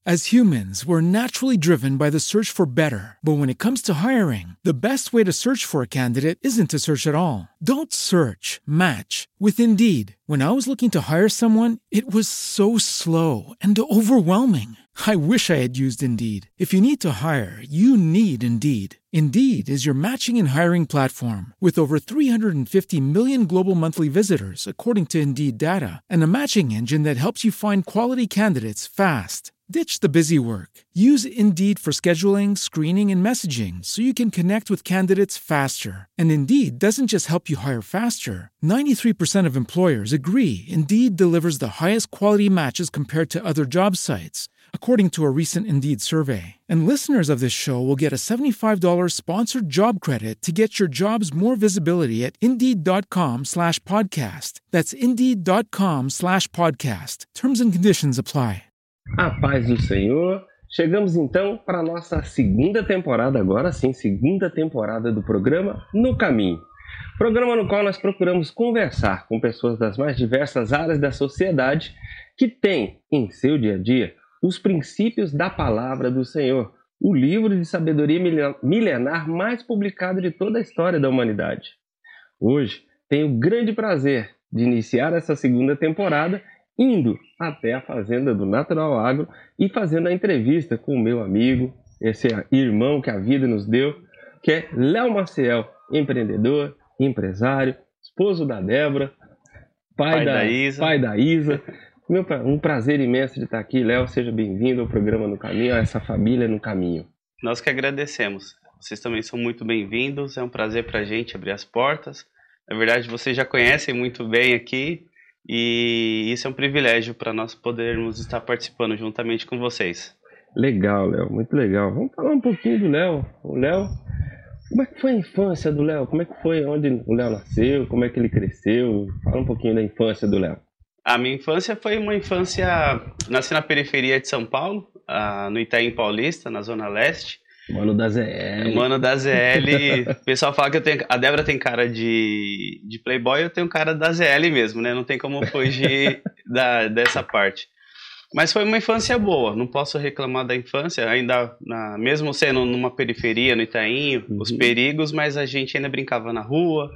As humans, we're naturally driven by the search for better. But when it comes to hiring, the best way to search for a candidate isn't to search at all. Don't search, match with Indeed. When I was looking to hire someone, it was so slow and overwhelming. I wish I had used Indeed. If you need to hire, you need Indeed. Indeed is your matching and hiring platform with over 350 million global monthly visitors, according to Indeed data, and a matching engine that helps you find quality candidates fast. Ditch the busy work. Use Indeed for scheduling, screening, and messaging so you can connect with candidates faster. And Indeed doesn't just help you hire faster. 93% of employers agree Indeed delivers the highest quality matches compared to other job sites, according to a recent Indeed survey. And listeners of this show will get a $75 sponsored job credit to get your jobs more visibility at Indeed.com/podcast. That's Indeed.com/podcast. Terms and conditions apply. A paz do Senhor. Chegamos então para a nossa segunda temporada, agora sim, segunda temporada do programa No Caminho. Programa no qual nós procuramos conversar com pessoas das mais diversas áreas da sociedade que têm em seu dia a dia os princípios da palavra do Senhor, o livro de sabedoria milenar mais publicado de toda a história da humanidade. Hoje tenho o grande prazer de iniciar essa segunda temporada indo até a fazenda do Natural Agro e fazendo a entrevista com o meu amigo, esse irmão que a vida nos deu, que é Léo Maciel, empreendedor, empresário, esposo da Débora, pai da Isa. Um prazer imenso de estar aqui, Léo. Seja bem-vindo ao programa No Caminho, a essa família No Caminho. Nós que agradecemos. Vocês também são muito bem-vindos. É um prazer para a gente abrir as portas. Na verdade, vocês já conhecem muito bem aqui e isso é um privilégio para nós podermos estar participando juntamente com vocês. Legal, Léo. Muito legal. Vamos falar um pouquinho do Léo. O Léo, como é que foi a infância do Léo? Como é que foi? Onde o Léo nasceu? Como é que ele cresceu? Fala um pouquinho da infância do Léo. A minha infância foi uma infância... Nasci na periferia de São Paulo, no Itaim Paulista, na Zona Leste. Mano da ZL. Mano da ZL. O pessoal fala que a Débora tem cara de playboy, eu tenho cara da ZL mesmo, né? Não tem como fugir dessa parte. Mas foi uma infância boa, não posso reclamar da infância, ainda mesmo sendo numa periferia, no Itaim, os perigos, mas a gente ainda brincava na rua,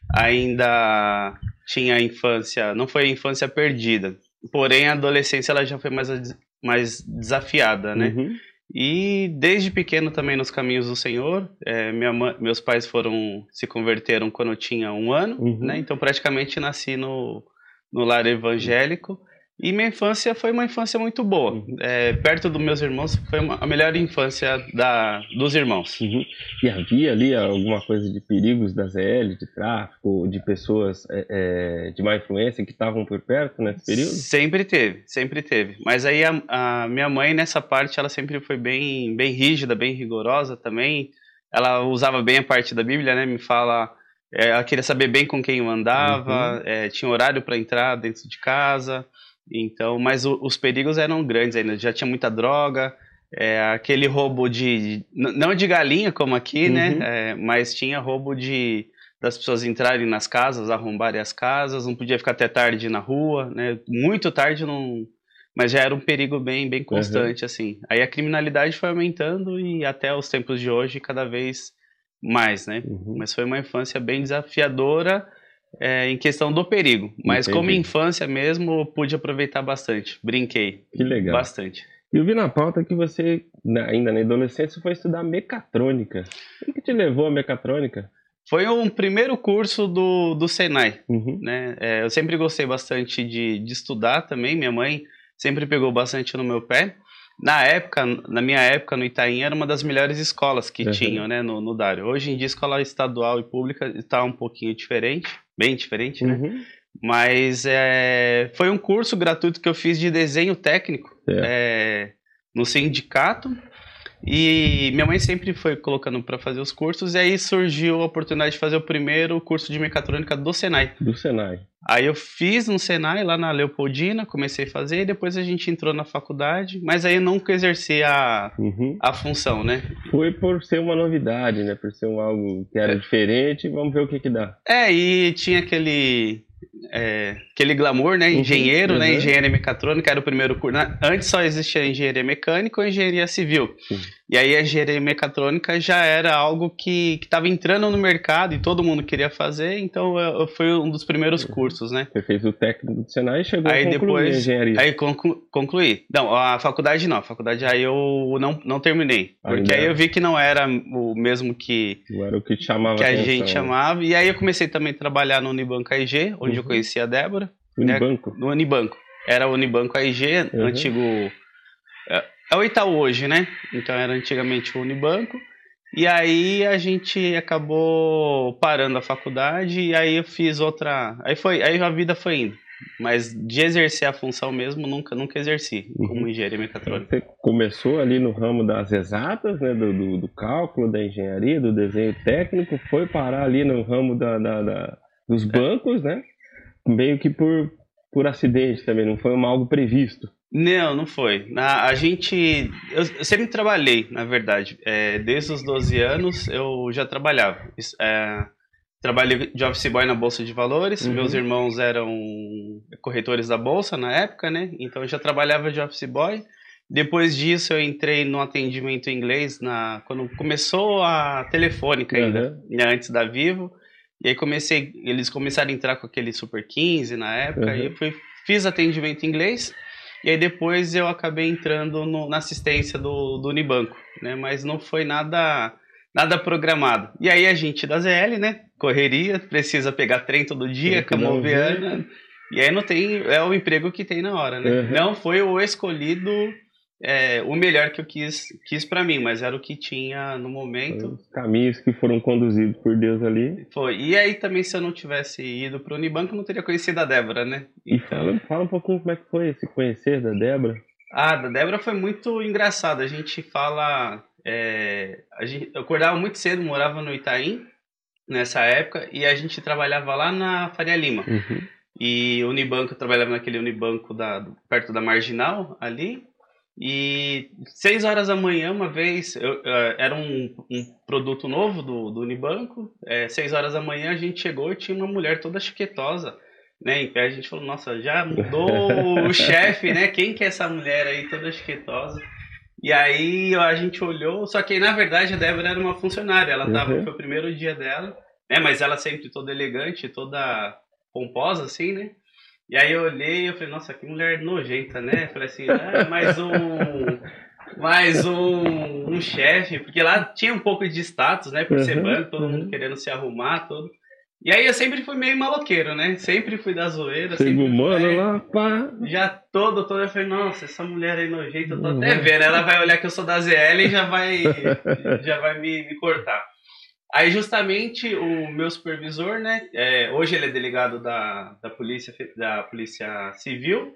ainda tinha infância, não foi a infância perdida, porém a adolescência ela já foi mais desafiada, né? E desde pequeno também nos caminhos do Senhor, meus pais se converteram quando eu tinha 1 ano, né? Então praticamente nasci no lar evangélico. E minha infância foi uma infância muito boa. Perto dos meus irmãos, foi a melhor infância dos irmãos. E havia ali alguma coisa de perigos da ZL, de tráfico, de pessoas de má influência que estavam por perto nesse período? Sempre teve. Mas aí a minha mãe, nessa parte, ela sempre foi bem, bem rígida, bem rigorosa também. Ela usava bem a parte da Bíblia, né? Me fala... ela queria saber bem com quem eu andava, tinha horário para entrar dentro de casa... Então, mas os perigos eram grandes ainda, já tinha muita droga, aquele roubo não de galinha como aqui, né, mas tinha roubo das pessoas entrarem nas casas, arrombarem as casas, não podia ficar até tarde na rua, né, muito tarde não, mas já era um perigo bem, bem constante, assim. Aí a criminalidade foi aumentando e até os tempos de hoje cada vez mais, né, mas foi uma infância bem desafiadora, em questão do perigo, mas como infância mesmo, eu pude aproveitar bastante, brinquei. Que legal. Bastante. E eu vi na pauta que você, ainda na adolescência, foi estudar mecatrônica. O que te levou à mecatrônica? Foi um primeiro curso do Senai, né? Eu sempre gostei bastante de estudar também, minha mãe sempre pegou bastante no meu pé. Na minha época, no Itaim, era uma das melhores escolas que tinham, né, no Dário. Hoje em dia, a escola estadual e pública está um pouquinho diferente, bem diferente, né? Mas foi um curso gratuito que eu fiz de desenho técnico no sindicato. E minha mãe sempre foi colocando para fazer os cursos, e aí surgiu a oportunidade de fazer o primeiro curso de mecatrônica do Senai. Do Senai. Aí eu fiz no Senai, lá na Leopoldina, comecei a fazer, e depois a gente entrou na faculdade, mas aí eu nunca exerci a função, né? Foi por ser uma novidade, né? Por ser algo que era diferente, vamos ver o que dá. E tinha aquele glamour, né? Engenheiro, né? Engenharia mecatrônica era o primeiro curso. Antes só existia engenharia mecânica ou engenharia civil. Sim. E aí a engenharia mecatrônica já era algo que estava entrando no mercado e todo mundo queria fazer, então foi um dos primeiros cursos, né? Você fez o técnico do Senai e chegou a concluir a engenharia. Aí concluí. Não, a faculdade não. A faculdade aí eu não terminei. Porque aí eu vi que não era o mesmo que... Não era o que te chamava que a gente chamava. E aí eu comecei também a trabalhar no Unibanco AIG, onde eu conheci a Débora. Unibanco? Né? No Unibanco. Era o Unibanco AIG, antigo... É o Itaú hoje, né? Então era antigamente o Unibanco. E aí a gente acabou parando a faculdade e aí eu fiz outra... Aí a vida foi indo. Mas de exercer a função mesmo, nunca exerci como engenharia mecatrônica. Você começou ali no ramo das exatas, né? Do cálculo, da engenharia, do desenho técnico, foi parar ali no ramo dos bancos, né? Meio que por acidente também, não foi algo previsto. Não foi. Eu sempre trabalhei, na verdade. Desde os 12 anos eu já trabalhava. Trabalhei de office boy na Bolsa de Valores. Meus irmãos eram corretores da Bolsa na época, né? Então eu já trabalhava de office boy. Depois disso eu entrei no atendimento em inglês quando começou a telefônica ainda, antes da Vivo. E aí eles começaram a entrar com aquele Super 15 na época. E eu fiz atendimento em inglês. E aí depois eu acabei entrando na assistência do Unibanco, né? Mas não foi nada programado. E aí a gente da ZL, né? Correria, precisa pegar trem todo dia, Camoviana. E aí não tem... É o emprego que tem na hora, né? Não foi o escolhido... o melhor que eu quis pra mim, mas era o que tinha no momento. Os caminhos que foram conduzidos por Deus ali. Foi. E aí também, se eu não tivesse ido pro Unibanco, eu não teria conhecido a Débora, né? Então... E fala um pouquinho como é que foi esse conhecer da Débora. Da Débora foi muito engraçado. A gente fala... eu acordava muito cedo, morava no Itaim, nessa época, e a gente trabalhava lá na Faria Lima. E o Unibanco, eu trabalhava naquele Unibanco perto da Marginal, ali. E 6 horas da manhã, uma vez, era um produto novo do Unibanco, 6 horas da manhã a gente chegou e tinha uma mulher toda chiquetosa, né, em pé. A gente falou, nossa, já mudou o chefe, né, quem que é essa mulher aí toda chiquetosa? E aí a gente olhou, só que na verdade a Débora era uma funcionária, ela foi o primeiro dia dela, né, mas ela sempre toda elegante, toda pomposa assim, né. E aí eu olhei e falei, nossa, que mulher nojenta, né? Falei assim, mais um chefe, porque lá tinha um pouco de status, né? Por ser banco, todo mundo querendo se arrumar, tudo. E aí eu sempre fui meio maloqueiro, né? Sempre fui da zoeira. Humano lá, pá. Já todo, eu falei, nossa, essa mulher aí nojenta, eu tô até vendo. Ela vai olhar que eu sou da ZL e já vai me cortar. Aí justamente o meu supervisor, né, hoje ele é delegado da polícia Civil,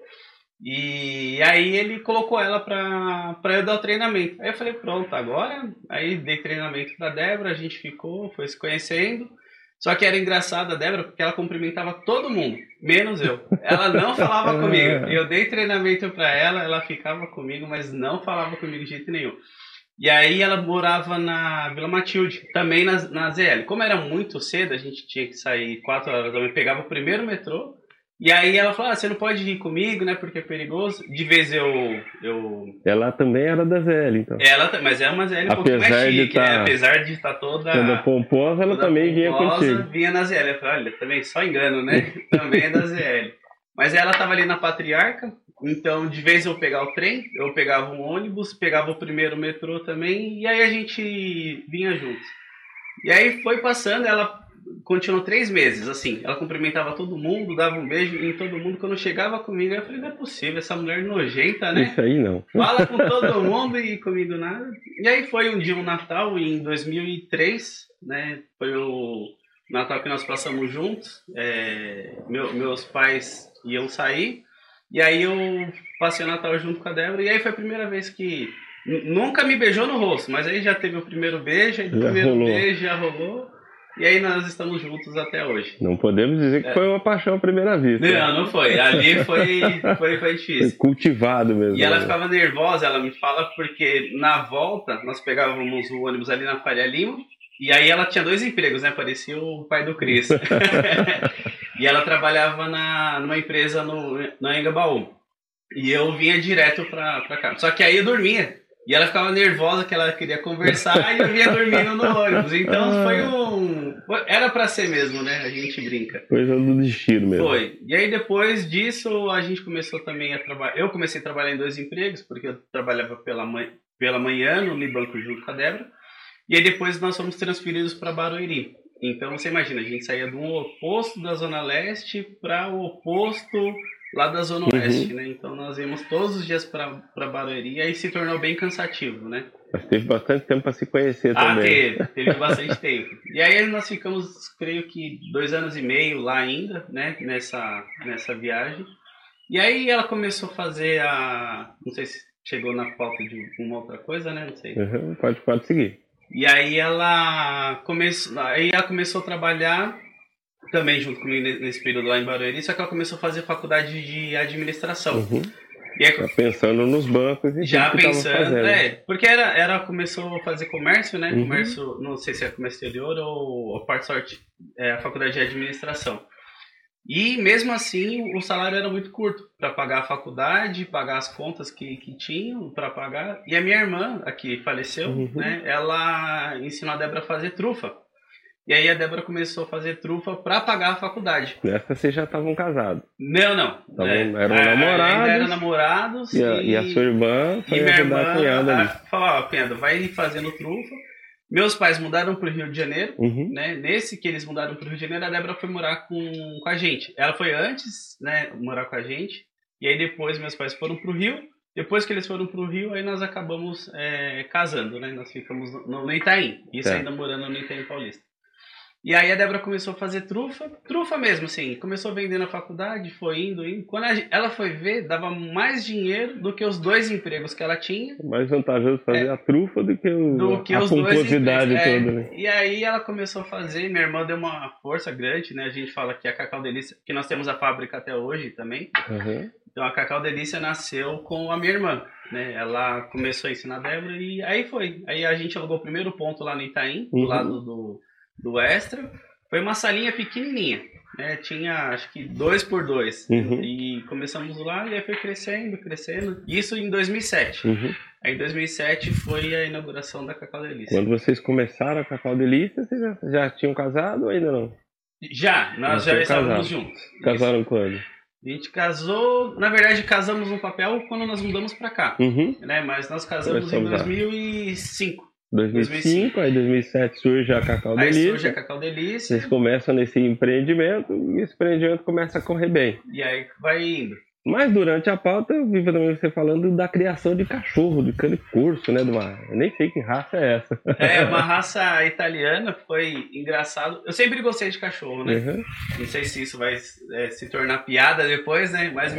e aí ele colocou ela pra eu dar o treinamento. Aí eu falei, pronto, agora, aí dei treinamento pra Débora, a gente foi se conhecendo, só que era engraçado a Débora porque ela cumprimentava todo mundo, menos eu. Ela não falava comigo, eu dei treinamento pra ela ficava comigo, mas não falava comigo de jeito nenhum. E aí ela morava na Vila Matilde, também na ZL. Como era muito cedo, a gente tinha que sair 4 horas da manhã, pegava o primeiro metrô, e aí ela falou, você não pode ir comigo, né, porque é perigoso. De vez eu... Ela também era da ZL, então. Mas é uma ZL um pouquinho mais chique, né, apesar de estar toda... Toda pomposa, ela também vinha contigo. Vinha na ZL. Eu falei, olha, também só engano, né, também é da ZL. Mas ela tava ali na Patriarca. Então, de vez eu pegar o trem, eu pegava um ônibus, pegava o primeiro metrô também, e aí a gente vinha juntos. E aí foi passando, ela continuou 3 meses, assim, ela cumprimentava todo mundo, dava um beijo em todo mundo. Quando chegava comigo, eu falei, não é possível, essa mulher nojenta, né? Isso aí não. Fala com todo mundo e comigo nada. E aí foi um dia, um Natal, em 2003, né, foi o Natal que nós passamos juntos, meus pais iam sair, e aí eu passei o Natal junto com a Débora, e aí foi a primeira vez que... Nunca me beijou no rosto, mas aí já teve o primeiro beijo, aí o primeiro beijo já rolou, e aí nós estamos juntos até hoje. Não podemos dizer que foi uma paixão à primeira vista. Não foi. Ali foi difícil. Foi cultivado mesmo. E ela ficava nervosa, ela me fala, porque na volta, nós pegávamos o ônibus ali na Faria Lima, e aí ela tinha 2 empregos, né? Parecia o pai do Cris. E ela trabalhava numa empresa na Engabaú. E eu vinha direto pra cá. Só que aí eu dormia. E ela ficava nervosa que ela queria conversar e eu vinha dormindo no ônibus. Então era pra ser mesmo, né? A gente brinca. Coisa do destino mesmo. Foi. E aí depois disso a gente começou também a trabalhar. Eu comecei a trabalhar em 2 empregos, porque eu trabalhava pela manhã no Unibanco junto com a Débora. E aí depois nós fomos transferidos para Barueri. Então você imagina, a gente saía do oposto da Zona Leste para o oposto lá da Zona Oeste, né? Então nós íamos todos os dias para Barueri e aí se tornou bem cansativo, né? Mas teve bastante tempo para se conhecer também. Teve bastante tempo. E aí nós ficamos, creio que 2 anos e meio lá ainda, né? Nessa viagem. E aí ela começou a fazer não sei se chegou na pauta de uma outra coisa, né? Não sei. Pode seguir. E aí ela começou a trabalhar também junto comigo nesse período lá em Barueri, só que ela começou a fazer faculdade de administração. E aí, já pensando nos bancos e já pensando, porque ela começou a fazer comércio, né? Comércio, não sei se é comércio exterior ou parte sorte, a faculdade de administração. E mesmo assim o salário era muito curto para pagar a faculdade, pagar as contas que tinham para pagar. E a minha irmã, a que faleceu, né, ela ensinou a Débora a fazer trufa. E aí a Débora começou a fazer trufa para pagar a faculdade. Nessa vocês já estavam casados? Não. Eram namorados. Ainda eram namorados. E a sua irmã foi ajudar a cunhada ali. Falou, cunhada, vai fazendo trufa. Meus pais mudaram para o Rio de Janeiro, né? Nesse que eles mudaram para o Rio de Janeiro, a Débora foi morar com a gente. Ela foi antes, né, morar com a gente, e aí depois meus pais foram para o Rio. Depois que eles foram para o Rio, aí nós acabamos casando, né? Nós ficamos no Itaim, isso ainda morando no Itaim Paulista. E aí a Débora começou a fazer trufa mesmo, assim, começou a vender na faculdade, foi indo. Quando ela foi ver, dava mais dinheiro do que os 2 empregos que ela tinha. Mais vantajoso fazer a trufa do que a pomposidade toda, né? E aí ela começou a fazer, minha irmã deu uma força grande, né? A gente fala que a Cacau Delícia, que nós temos a fábrica até hoje também. Então a Cacau Delícia nasceu com a minha irmã, né? Ela começou a ensinar a Débora e aí foi. Aí a gente alugou o primeiro ponto lá no Itaim, do lado do Extra. Foi uma salinha pequenininha, né? Tinha acho que 2x2 e começamos lá e aí foi crescendo. Isso em 2007. Aí em 2007 foi a inauguração da Cacau Delícia. Quando vocês começaram a Cacau Delícia, vocês já tinham casado ou ainda não? Nós já estávamos juntos. Casaram quando? A gente casou, na verdade casamos no papel quando nós mudamos para cá, né? Mas nós casamos em 2005. 2005, aí 2007 surge a Cacau Delícia. Aí surge a Cacau Delícia. Vocês começam nesse empreendimento e esse empreendimento começa a correr bem. E aí vai indo. Mas durante a pauta eu vi também você falando da criação de cachorro, de canicurso, né? Eu nem sei que raça é essa. É uma raça italiana, foi engraçado. Eu sempre gostei de cachorro, né? Não sei se isso vai se tornar piada depois, né? Mas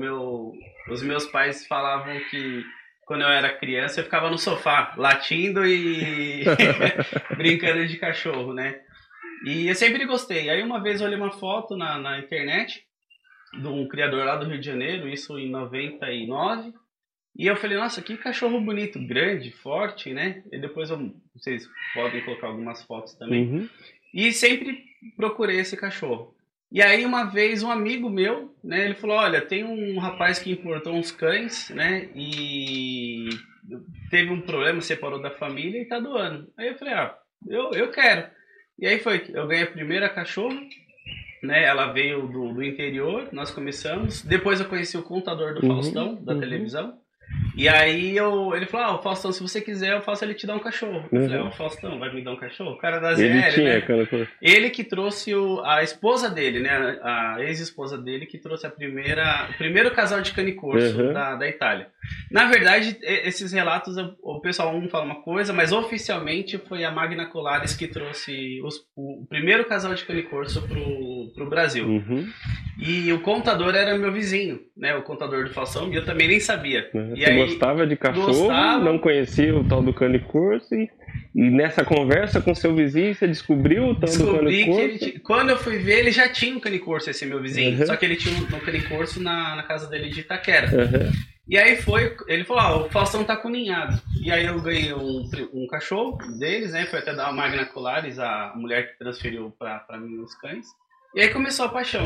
os meus pais falavam que quando eu era criança, eu ficava no sofá, latindo e brincando de cachorro, né? E eu sempre gostei. Aí uma vez eu olhei uma foto na internet de um criador lá do Rio de Janeiro, isso em 99, e eu falei, nossa, que cachorro bonito, grande, forte, né? E depois vocês podem colocar algumas fotos também. E sempre procurei esse cachorro. E aí uma vez um amigo meu, né, ele falou, olha, tem um rapaz que importou uns cães, né, e teve um problema, separou da família e tá doando. Aí eu falei, eu quero. E aí eu ganhei a primeira cachorra, né, ela veio do interior, nós começamos, depois eu conheci o contador do Faustão, da televisão. E aí ele falou, Faustão, se você quiser, eu faço ele te dar um cachorro. Eu falei, Faustão, vai me dar um cachorro? O cara da ZL, né? Ele que trouxe a esposa dele, né? A ex-esposa dele que trouxe o primeiro casal de canicorso da Itália. Na verdade, esses relatos, o pessoal fala uma coisa, mas oficialmente foi a Magna Colares que trouxe o primeiro casal de canicorso pro Brasil. E o contador era meu vizinho, né? O contador do Faustão, e eu também nem sabia. E você aí, gostava de cachorro, não conhecia o tal do canicurso e nessa conversa com seu vizinho você descobriu o tal do canicurso? Quando eu fui ver, ele já tinha um canicurso, esse meu vizinho, só que ele tinha um canicurso na casa dele de Itaquera. E aí ele falou, o Faustão tá com ninhado. E aí eu ganhei um cachorro deles, né? Foi até da Magna Colares, a mulher que transferiu pra mim os cães. E aí começou a paixão.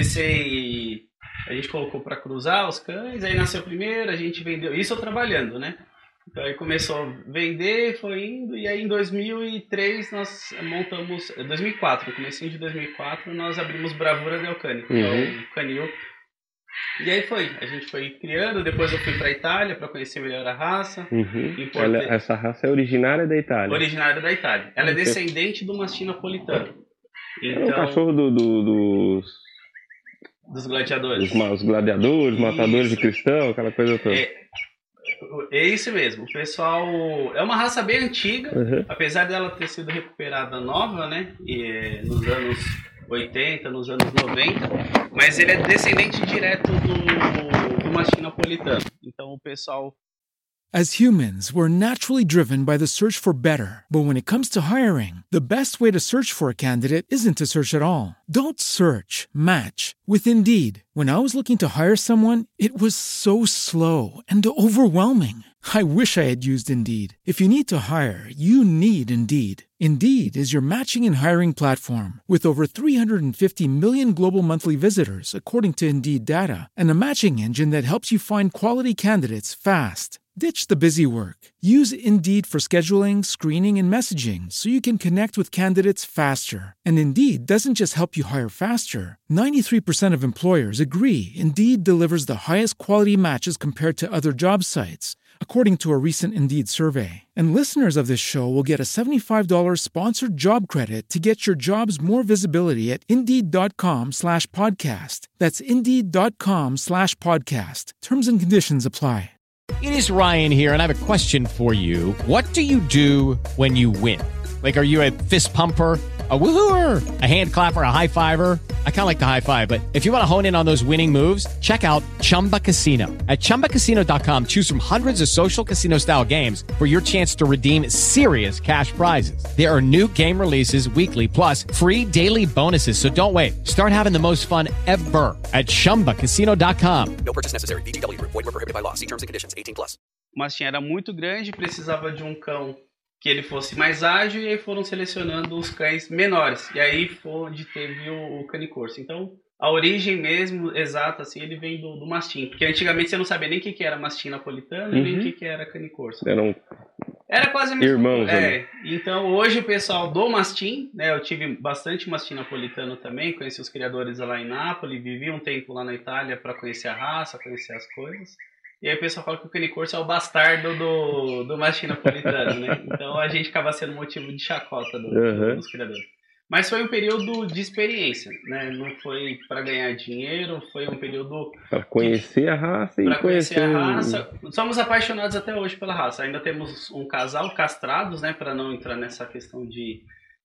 A gente colocou para cruzar os cães, aí nasceu o primeiro, a gente vendeu. Isso eu trabalhando, né? Então aí começou a vender, foi indo, e aí em 2003 nós montamos, 2004, no comecinho de 2004, nós abrimos Bravura Del Cane, que é o canil. E aí a gente foi criando, depois eu fui pra Itália para conhecer melhor a raça. Essa raça é originária da Itália? Originária da Itália. Ela é descendente do Mastim Napolitano. Então, é um cachorro dos gladiadores. Os gladiadores, isso. Matadores de cristão, aquela coisa toda. É isso mesmo. O pessoal... É uma raça bem antiga, apesar dela ter sido recuperada nova, né? Nos anos 80, nos anos 90. Mas ele é descendente direto do Mastim Napolitano. Então o pessoal... As humans, we're naturally driven by the search for better. But when it comes to hiring, the best way to search for a candidate isn't to search at all. Don't search, match with Indeed. When I was looking to hire someone, it was so slow and overwhelming. I wish I had used Indeed. If you need to hire, you need Indeed. Indeed is your matching and hiring platform with over 350 million global monthly visitors, according to Indeed data, and a matching engine that helps you find quality candidates fast. Ditch the busy work. Use Indeed for scheduling, screening, and messaging so you can connect with candidates faster. And Indeed doesn't just help you hire faster. 93% of employers agree Indeed delivers the highest quality matches compared to other job sites, according to a recent Indeed survey. And listeners of this show will get a $75 sponsored job credit to get your jobs more visibility at Indeed.com/podcast. That's Indeed.com/podcast. Terms and conditions apply. It is Ryan here, and I have a question for you. What do you do when you win? Like, are you a fist pumper, a woohooer, a hand clapper, a high fiver? I kind of like the high five, but if you want to hone in on those winning moves, check out Chumba Casino. At ChumbaCasino.com, choose from hundreds of social casino-style games for your chance to redeem serious cash prizes. There are new game releases weekly, plus free daily bonuses, so don't wait. Start having the most fun ever at ChumbaCasino.com. No purchase necessary. VGW Group. Void where prohibited by law. See terms and conditions. 18+. O mastim era muito grande, precisava de um cão que ele fosse mais ágil, e aí foram selecionando os cães menores. E aí foi onde teve o Cane Corso. Então, a origem mesmo, exata, assim, ele vem do mastim. Porque antigamente você não sabia nem o que era mastim napolitano, nem o que era Cane Corso. Era quase a mesma irmãos. Então, hoje o pessoal do mastim, né, eu tive bastante mastim napolitano também, conheci os criadores lá em Nápoles, vivi um tempo lá na Itália para conhecer a raça, conhecer as coisas. E aí o pessoal fala que o Cane Corso é o bastardo do mastim napolitano, né? Então a gente acaba sendo motivo de chacota dos criadores. Mas foi um período de experiência, né? Não foi para ganhar dinheiro, foi um período... Para conhecer a raça e para conhecer a raça. Somos apaixonados até hoje pela raça. Ainda temos um casal castrados, né? Para não entrar nessa questão de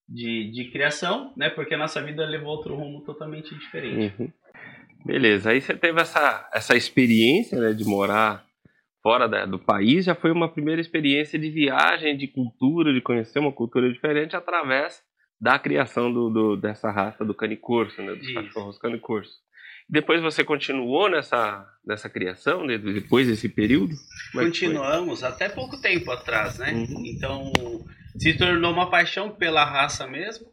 criação, né? Porque a nossa vida levou outro rumo totalmente diferente. Beleza, aí você teve essa experiência, né, de morar fora do país, já foi uma primeira experiência de viagem, de cultura, de conhecer uma cultura diferente através da criação dessa raça do Cane Corso, né, dos cachorros Cane Corso. Depois você continuou nessa criação, né, depois desse período? Continuamos, até pouco tempo atrás, né? Então, se tornou uma paixão pela raça mesmo,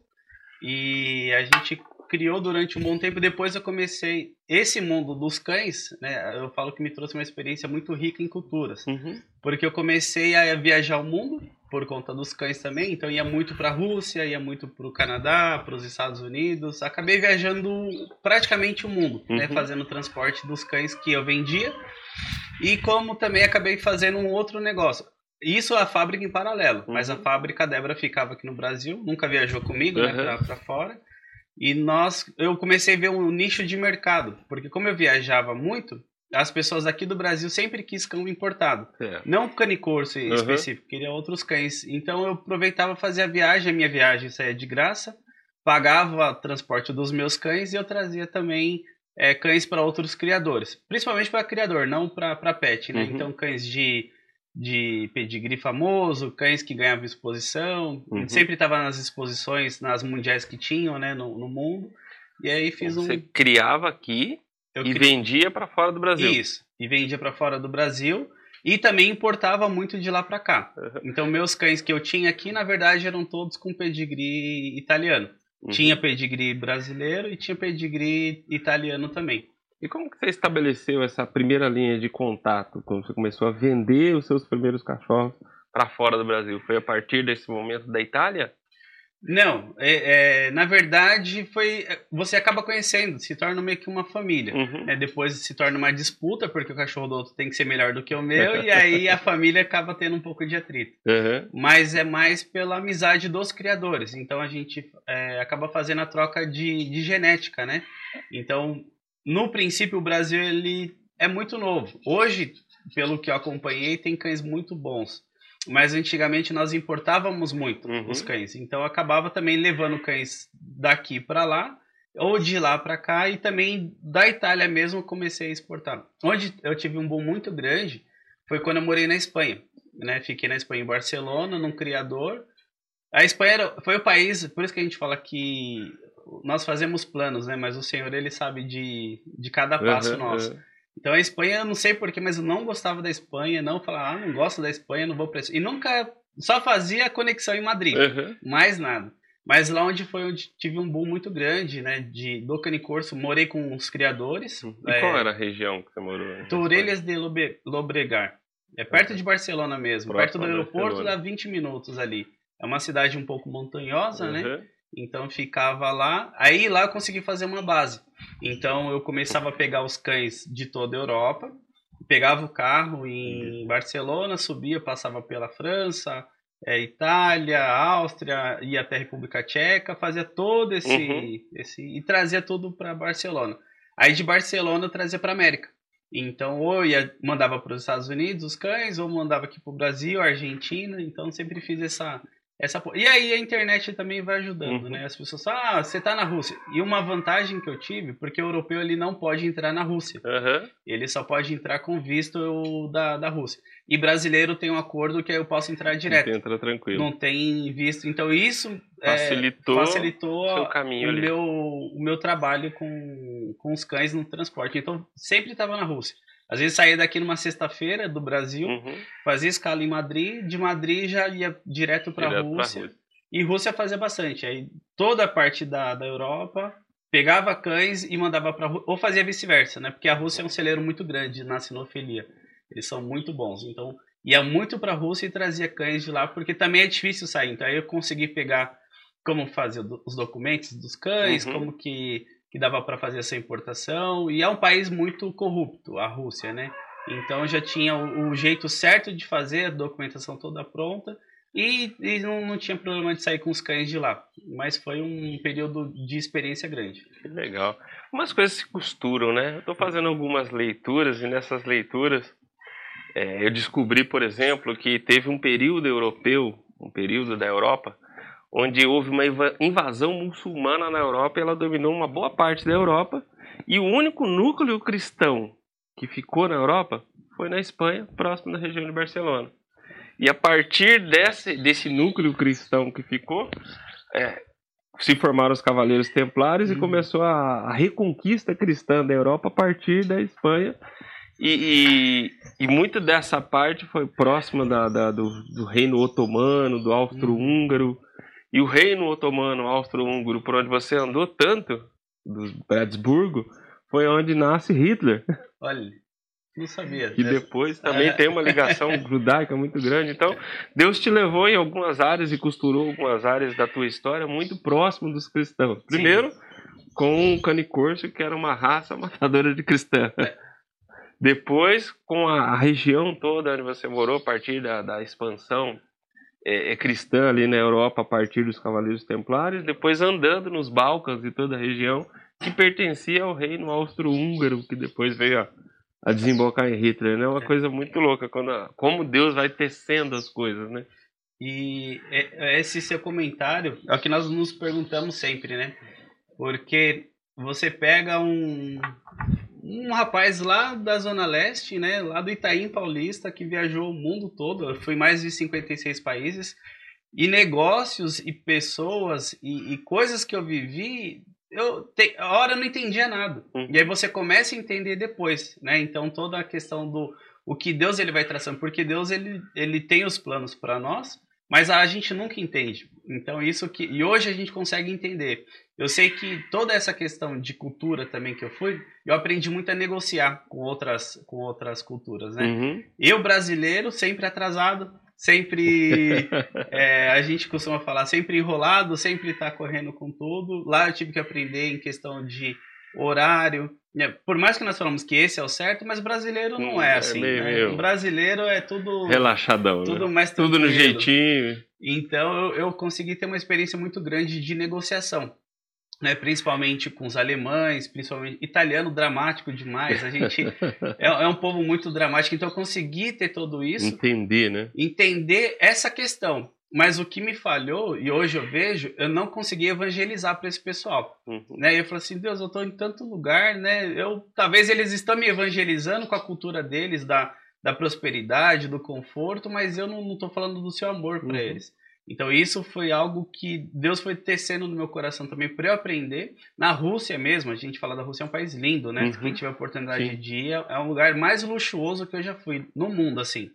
e a gente criou durante um bom tempo. Depois eu comecei esse mundo dos cães, né? Eu falo que me trouxe uma experiência muito rica em culturas, porque eu comecei a viajar o mundo por conta dos cães também. Então ia muito para a Rússia, ia muito para o Canadá, para os Estados Unidos. Acabei viajando praticamente o mundo, né? Fazendo transporte dos cães que eu vendia, e como também acabei fazendo um outro negócio. Isso a fábrica em paralelo, mas a fábrica, a Débora, ficava aqui no Brasil, nunca viajou comigo, né, para fora. E eu comecei a ver um nicho de mercado, porque como eu viajava muito, as pessoas aqui do Brasil sempre quis cão importado. Não Cane Corso em específico, queria outros cães. Então eu aproveitava fazer a minha viagem saía de graça, pagava o transporte dos meus cães e eu trazia também cães para outros criadores. Principalmente para criador, não para pet, né? Então cães de pedigree famoso, cães que ganhavam exposição. A gente sempre estava nas exposições, nas mundiais que tinham, né, no mundo. E aí Você criava aqui vendia para fora do Brasil. Isso, e vendia para fora do Brasil e também importava muito de lá para cá. Então meus cães que eu tinha aqui, na verdade, eram todos com pedigree italiano. Tinha pedigree brasileiro e tinha pedigree italiano também. E como que você estabeleceu essa primeira linha de contato, quando você começou a vender os seus primeiros cachorros para fora do Brasil? Foi a partir desse momento da Itália? Não, na verdade você acaba conhecendo, se torna meio que uma família, né? Depois se torna uma disputa, porque o cachorro do outro tem que ser melhor do que o meu, e aí a família acaba tendo um pouco de atrito. Mas é mais pela amizade dos criadores, então a gente acaba fazendo a troca de genética, né? Então, no princípio, o Brasil ele é muito novo. Hoje, pelo que eu acompanhei, tem cães muito bons. Mas antigamente nós importávamos muito os cães. Então eu acabava também levando cães daqui para lá, ou de lá para cá, e também da Itália mesmo eu comecei a exportar. Onde eu tive um boom muito grande foi quando eu morei na Espanha, né? Fiquei na Espanha, em Barcelona, num criador. A Espanha foi o país, por isso que a gente fala que nós fazemos planos, né? Mas o Senhor, ele sabe de cada passo nosso. Então a Espanha, eu não sei porquê, mas eu não gostava da Espanha, não falava, não gosto da Espanha, não vou pra isso. E nunca, só fazia a conexão em Madrid, mais nada. Mas lá onde tive um boom muito grande, né, do Canicorso, morei com os criadores. E qual era a região que você morou? Torrelles de Llobregat. É perto de Barcelona mesmo, perto do aeroporto, dá 20 minutos ali. É uma cidade um pouco montanhosa, né? Então ficava lá, aí lá eu consegui fazer uma base. Então eu começava a pegar os cães de toda a Europa, pegava o carro em Barcelona, subia, passava pela França, Itália, Áustria, ia até a República Tcheca, fazia todo e trazia tudo para Barcelona. Aí de Barcelona eu trazia para América. Então ou mandava para os Estados Unidos os cães, ou mandava aqui para o Brasil, Argentina. Então sempre fiz essa. E aí a internet também vai ajudando, né? As pessoas falam, você tá na Rússia. E uma vantagem que eu tive, porque o europeu ele não pode entrar na Rússia. Ele só pode entrar com visto da Rússia. E brasileiro tem um acordo que aí eu posso entrar direto. Entra tranquilo. Não tem visto. Então isso facilitou seu caminho o meu trabalho com os cães no transporte. Então sempre estava na Rússia. Às vezes saía daqui numa sexta-feira do Brasil, fazia escala em Madrid, de Madrid já ia direto para a Rússia. E Rússia fazia bastante. Aí toda a parte da Europa pegava cães e mandava para a Rússia, ou fazia vice-versa, né? Porque a Rússia é um celeiro muito grande na sinofilia. Eles são muito bons. Então ia muito para a Rússia e trazia cães de lá, porque também é difícil sair. Então aí eu consegui pegar como fazer os documentos dos cães, como que dava para fazer essa importação, e é um país muito corrupto, a Rússia, né? Então já tinha o jeito certo de fazer, a documentação toda pronta, e não tinha problema de sair com os cães de lá. Mas foi um período de experiência grande. Que legal. Umas coisas se costuram, né? Eu estou fazendo algumas leituras, e nessas leituras eu descobri, por exemplo, que teve um período europeu, um período da Europa, onde houve uma invasão muçulmana na Europa, e ela dominou uma boa parte da Europa, e o único núcleo cristão que ficou na Europa foi na Espanha, próximo da região de Barcelona. E a partir desse núcleo cristão que ficou, se formaram os Cavaleiros Templários e começou a reconquista cristã da Europa a partir da Espanha, e muito dessa parte foi próxima do Reino Otomano, do Austro-Húngaro. E o Reino Otomano Austro-Húngaro, por onde você andou tanto, do Petersburgo, foi onde nasce Hitler. Olha, não sabia. E depois também tem uma ligação judaica muito grande. Então, Deus te levou em algumas áreas e costurou algumas áreas da tua história muito próximo dos cristãos. Primeiro, com o Canicorso, que era uma raça matadora de cristã. Depois, com a região toda onde você morou, a partir da expansão cristã ali na Europa a partir dos Cavaleiros Templários, depois andando nos Balcãs e toda a região que pertencia ao Reino Austro-Húngaro, que depois veio a desembocar em Hitler, né? Uma coisa muito louca, como Deus vai tecendo as coisas, né? E esse seu comentário é o que nós nos perguntamos sempre, né? Porque você pega um rapaz lá da Zona Leste, né, lá do Itaim Paulista, que viajou o mundo todo, foi mais de 56 países, e negócios e pessoas e coisas que eu vivi, a hora eu não entendia nada. E aí você começa a entender depois, né? Então toda a questão o que Deus ele vai traçando, porque Deus ele tem os planos para nós, Mas a gente nunca entende. Então e hoje a gente consegue entender. Eu sei que toda essa questão de cultura também que eu aprendi muito a negociar com outras culturas, né? Uhum. Eu, brasileiro, sempre atrasado, sempre, a gente costuma falar, sempre enrolado, sempre tá correndo com tudo. Lá eu tive que aprender em questão de horário. Por mais que nós falamos que esse é o certo, mas brasileiro não é assim, né? O brasileiro é tudo... relaxadão, tudo, né? mais Tudo no tranquilo. jeitinho. Então eu consegui ter uma experiência muito grande de negociação, né? Principalmente com os alemães, principalmente italiano, dramático demais. A gente é um povo muito dramático, então eu consegui ter tudo isso. Entender, né? Entender essa questão. Mas o que me falhou, e hoje eu vejo, eu não consegui evangelizar para esse pessoal. Uhum. Né? E eu falei assim, Deus, eu estou em tanto lugar, né? Talvez eles estão me evangelizando com a cultura deles, da prosperidade, do conforto, mas eu não estou falando do seu amor para eles. Então isso foi algo que Deus foi tecendo no meu coração também para eu aprender. Na Rússia mesmo, a gente fala da Rússia, é um país lindo, né? Quem tiver a oportunidade de ir, é um lugar mais luxuoso que eu já fui no mundo, assim.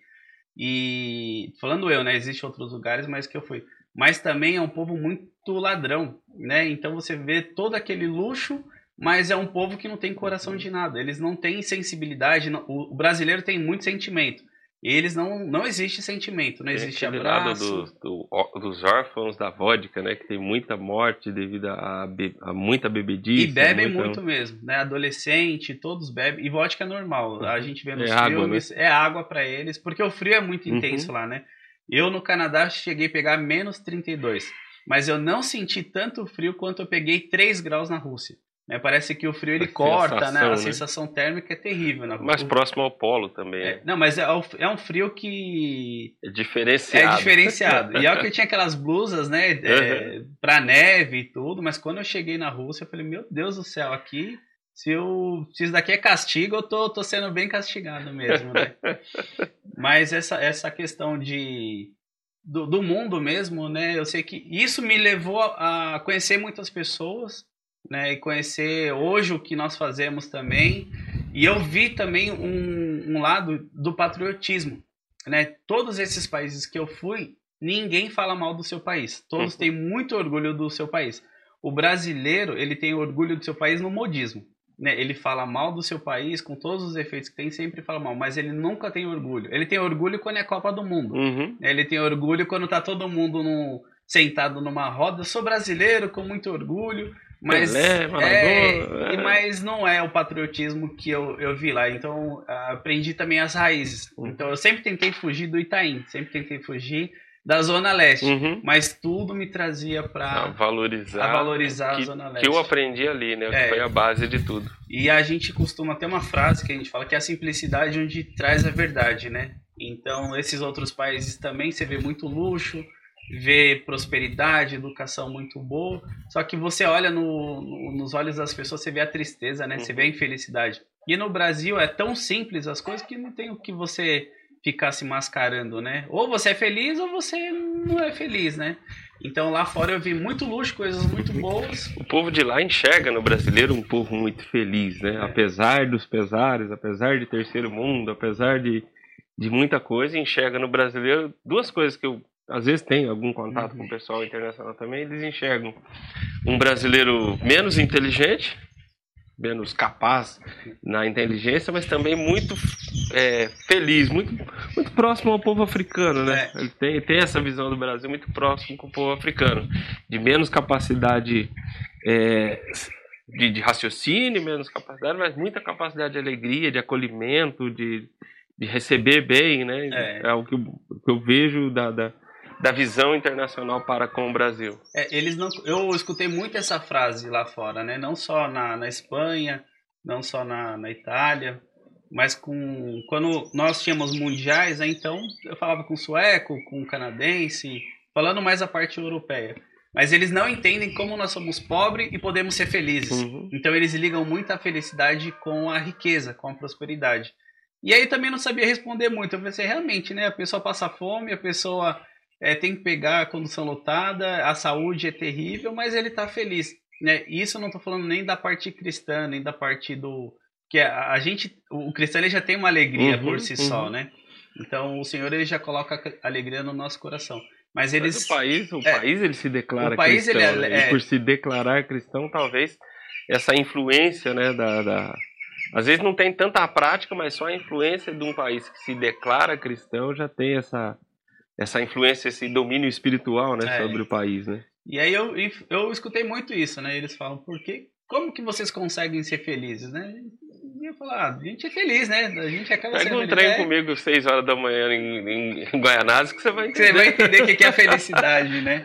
E falando né? Existem outros lugares, mas que eu fui. Mas também é um povo muito ladrão, né? Então você vê todo aquele luxo, mas é um povo que não tem coração de nada. Eles não têm sensibilidade. O brasileiro tem muito sentimento. Eles não existe sentimento, não existe abraço. Dos órfãos da vodka, né? Que tem muita morte devido a muita bebedice. E bebem muito mesmo, né? Adolescente, todos bebem. E vodka é normal. A gente vê nos filmes, água, né? É água para eles, porque o frio é muito intenso lá, né? Eu no Canadá cheguei a pegar menos 32, mas eu não senti tanto frio quanto eu peguei 3 graus na Rússia. Né? Parece que o frio ele corta, né? A sensação térmica é terrível na Rússia. Mais próximo ao polo também. Não, mas é um frio que... É diferenciado. É diferenciado. E é o que eu tinha aquelas blusas, né? Pra neve e tudo, mas quando eu cheguei na Rússia, eu falei, meu Deus do céu, aqui... Se isso daqui é castigo, eu tô sendo bem castigado mesmo, né? Mas essa questão do mundo mesmo, né? Eu sei que isso me levou a conhecer muitas pessoas, né? E conhecer hoje o que nós fazemos também. E eu vi também um lado do patriotismo, né? Todos esses países que eu fui, ninguém fala mal do seu país. Todos têm muito orgulho do seu país. O brasileiro, ele tem orgulho do seu país no modismo. Né, ele fala mal do seu país, com todos os efeitos que tem, sempre fala mal, mas ele nunca tem orgulho. Ele tem orgulho quando é Copa do Mundo. Ele tem orgulho quando tá todo mundo sentado numa roda. Eu sou brasileiro com muito orgulho, mas, mas não é o patriotismo que eu vi lá. Então, aprendi também as raízes. Então, eu sempre tentei fugir do Itaim, sempre tentei fugir da Zona Leste, mas tudo me trazia para valorizar a Zona Leste. Que eu aprendi ali, né? Que foi a base de tudo. E a gente costuma ter uma frase que a gente fala que é a simplicidade onde traz a verdade, né? Então, esses outros países também, você vê muito luxo, vê prosperidade, educação muito boa, só que você olha nos olhos das pessoas, você vê a tristeza, né? Você vê a infelicidade. E no Brasil é tão simples as coisas que não tem o que você ficar se mascarando, né? Ou você é feliz ou você não é feliz, né? Então lá fora eu vi muito luxo, coisas muito boas. O povo de lá enxerga no brasileiro um povo muito feliz, né? Apesar dos pesares, apesar de terceiro mundo, apesar de muita coisa, enxerga no brasileiro duas coisas que eu às vezes tenho algum contato com o pessoal internacional também, eles enxergam um brasileiro menos inteligente, menos capaz na inteligência, mas também muito feliz, muito próximo ao povo africano, né? Ele tem essa visão do Brasil muito próximo com o povo africano, de menos capacidade de raciocínio, menos capacidade, mas muita capacidade de alegria, de acolhimento, de receber bem, né? É o que eu vejo da visão internacional para com o Brasil. Eu escutei muito essa frase lá fora, né? Não só na Espanha, não só na Itália, mas quando nós tínhamos mundiais, né? Então eu falava com sueco, com canadense, falando mais a parte europeia. Mas eles não entendem como nós somos pobres e podemos ser felizes. Então eles ligam muito a felicidade com a riqueza, com a prosperidade. E aí também não sabia responder muito. Eu pensei, realmente, né? A pessoa passa fome, a pessoa... tem que pegar a condução lotada, a saúde é terrível, mas ele está feliz, né? Isso eu não estou falando nem da parte cristã, nem da parte do... que o cristão ele já tem uma alegria por si só, né? Então o Senhor ele já coloca a alegria no nosso coração. Mas eles... Mas o país ele se declara o país, cristão, ele né? E por se declarar cristão, talvez essa influência, né, às vezes não tem tanta prática, mas só a influência de um país que se declara cristão já tem essa influência, esse domínio espiritual, né, sobre o país, né? E aí eu escutei muito isso, né? Eles falam, como que vocês conseguem ser felizes, né? E eu falo, a gente é feliz, né? A gente acaba sendo feliz. Pega um trem comigo 6 horas da manhã em Guaianazes que você vai entender. Você vai entender o que é a felicidade, né?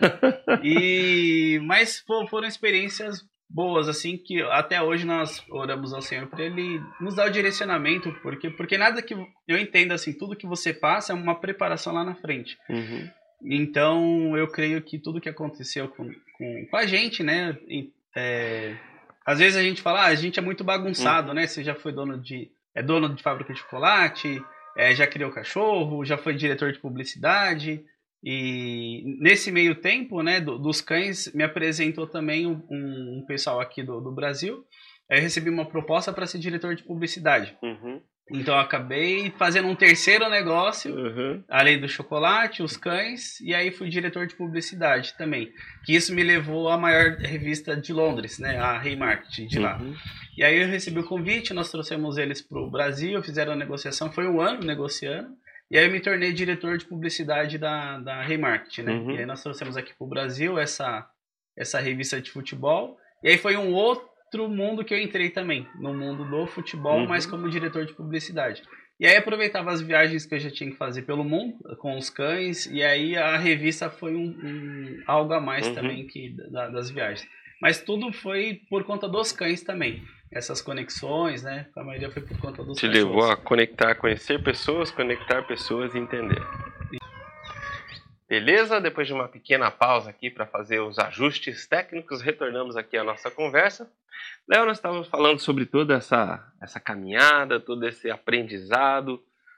Mas foram experiências boas, assim, que até hoje nós oramos ao Senhor para Ele nos dar o direcionamento, porque nada que eu entenda, assim, tudo que você passa é uma preparação lá na frente. Uhum. Então, eu creio que tudo que aconteceu com a gente, né? Às vezes a gente fala, a gente é muito bagunçado, né? Você já foi dono de fábrica de chocolate, já criou cachorro, já foi diretor de publicidade. E nesse meio tempo, né, dos cães, me apresentou também um pessoal aqui do Brasil. Aí eu recebi uma proposta para ser diretor de publicidade. Uhum. Então eu acabei fazendo um terceiro negócio, além do chocolate, os cães, e aí fui diretor de publicidade também. Que isso me levou à maior revista de Londres, né, a Haymarket de lá. E aí eu recebi o convite, nós trouxemos eles para o Brasil, fizeram a negociação, foi um ano negociando, e aí eu me tornei diretor de publicidade da Haymarket, né. E aí nós trouxemos aqui para o Brasil essa revista de futebol, e aí foi um outro mundo que eu entrei também, no mundo do futebol, mas como diretor de publicidade. E aí aproveitava as viagens que eu já tinha que fazer pelo mundo, com os cães, e aí a revista foi algo a mais também que das viagens. Mas tudo foi por conta dos cães também. Essas conexões, né? A maioria foi por conta dos cachorros. Te levou a conhecer pessoas, conectar pessoas e entender. Beleza? Depois de uma pequena pausa aqui para fazer os ajustes técnicos, retornamos aqui à nossa conversa. Léo, nós estávamos falando sobre toda essa caminhada, todo esse aprendizado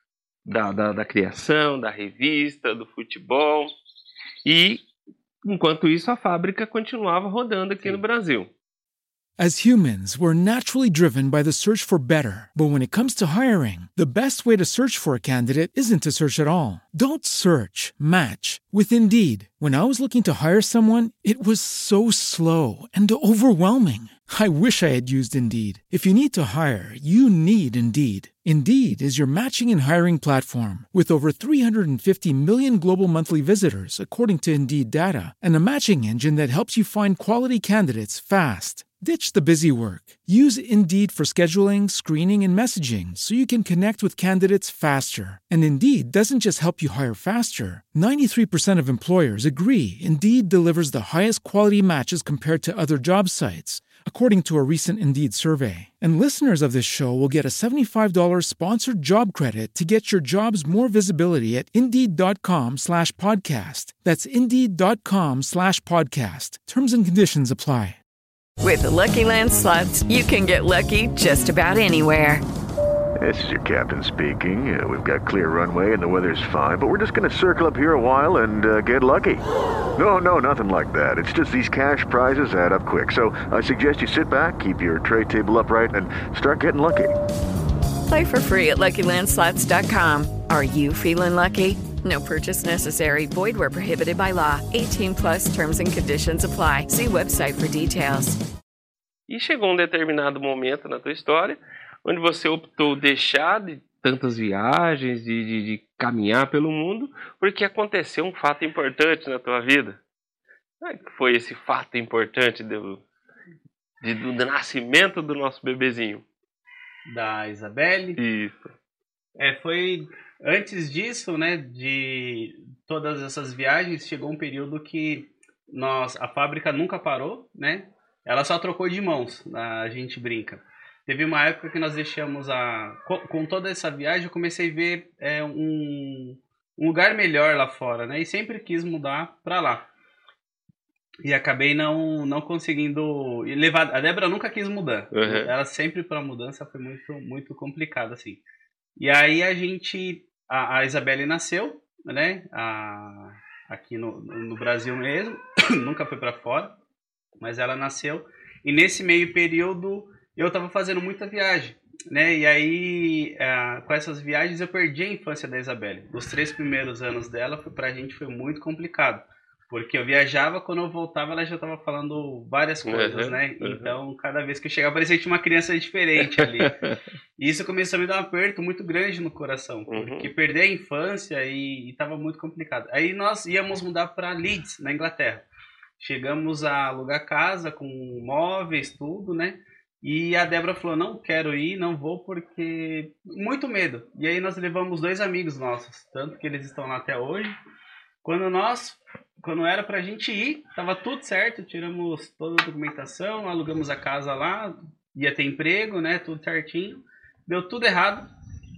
da criação, da revista, do futebol. E, enquanto isso, a fábrica continuava rodando aqui no Brasil. As humans, we're naturally driven by the search for better. But when it comes to hiring, the best way to search for a candidate isn't to search at all. Don't search, match with Indeed. When I was looking to hire someone, it was so slow and overwhelming. I wish I had used Indeed. If you need to hire, you need Indeed. Indeed is your matching and hiring platform with over 350 million global monthly visitors, according to Indeed data, and a matching engine that helps you find quality candidates fast. Ditch the busy work. Use Indeed for scheduling, screening, and messaging so you can connect with candidates faster. And Indeed doesn't just help you hire faster. 93% of employers agree Indeed delivers the highest quality matches compared to other job sites, according to a recent Indeed survey. And listeners of this show will get a $75 sponsored job credit to get your jobs more visibility at Indeed.com/podcast. That's Indeed.com/podcast. Terms and conditions apply. With the Lucky Land Slots, you can get lucky just about anywhere. This is your captain speaking. We've got clear runway and the weather's fine, but we're just going to circle up here a while and get lucky. No, nothing like that. It's just these cash prizes add up quick. So I suggest you sit back, keep your tray table upright, and start getting lucky. Play for free at LuckyLandSlots.com. Are you feeling lucky? No purchase necessary. Void where prohibited by law. 18+ terms and conditions apply. See website for details. E chegou um determinado momento na tua história onde você optou deixar de tantas viagens, de caminhar pelo mundo, porque aconteceu um fato importante na tua vida. Como é que foi esse fato importante do nascimento do nosso bebezinho? Da Isabelle? Isso. Foi antes disso, né, de todas essas viagens, chegou um período que a fábrica nunca parou, né? Ela só trocou de mãos, a gente brinca. Teve uma época que nós deixamos com toda essa viagem, eu comecei a ver um lugar melhor lá fora, né? E sempre quis mudar para lá. E acabei não conseguindo levar. A Débora nunca quis mudar. Ela sempre para mudança foi muito, muito complicado, assim. E aí a Isabelle nasceu, né? Aqui no Brasil mesmo, nunca foi para fora, mas ela nasceu. E nesse meio período eu estava fazendo muita viagem, né? E aí, com essas viagens, eu perdi a infância da Isabelle. Os 3 primeiros anos dela, pra gente, foi muito complicado. Porque eu viajava, quando eu voltava, ela já estava falando várias coisas, né? Então, cada vez que eu chegava, parecia que tinha uma criança diferente ali. E isso começou a me dar um aperto muito grande no coração, porque perder a infância e estava muito complicado. Aí nós íamos mudar para Leeds, na Inglaterra. Chegamos a alugar casa com móveis, tudo, né? E a Débora falou, não quero ir, não vou, porque muito medo. E aí nós levamos 2 amigos nossos, tanto que eles estão lá até hoje. Quando era pra gente ir, tava tudo certo, tiramos toda a documentação, alugamos a casa lá, ia ter emprego, né, tudo certinho. Deu tudo errado,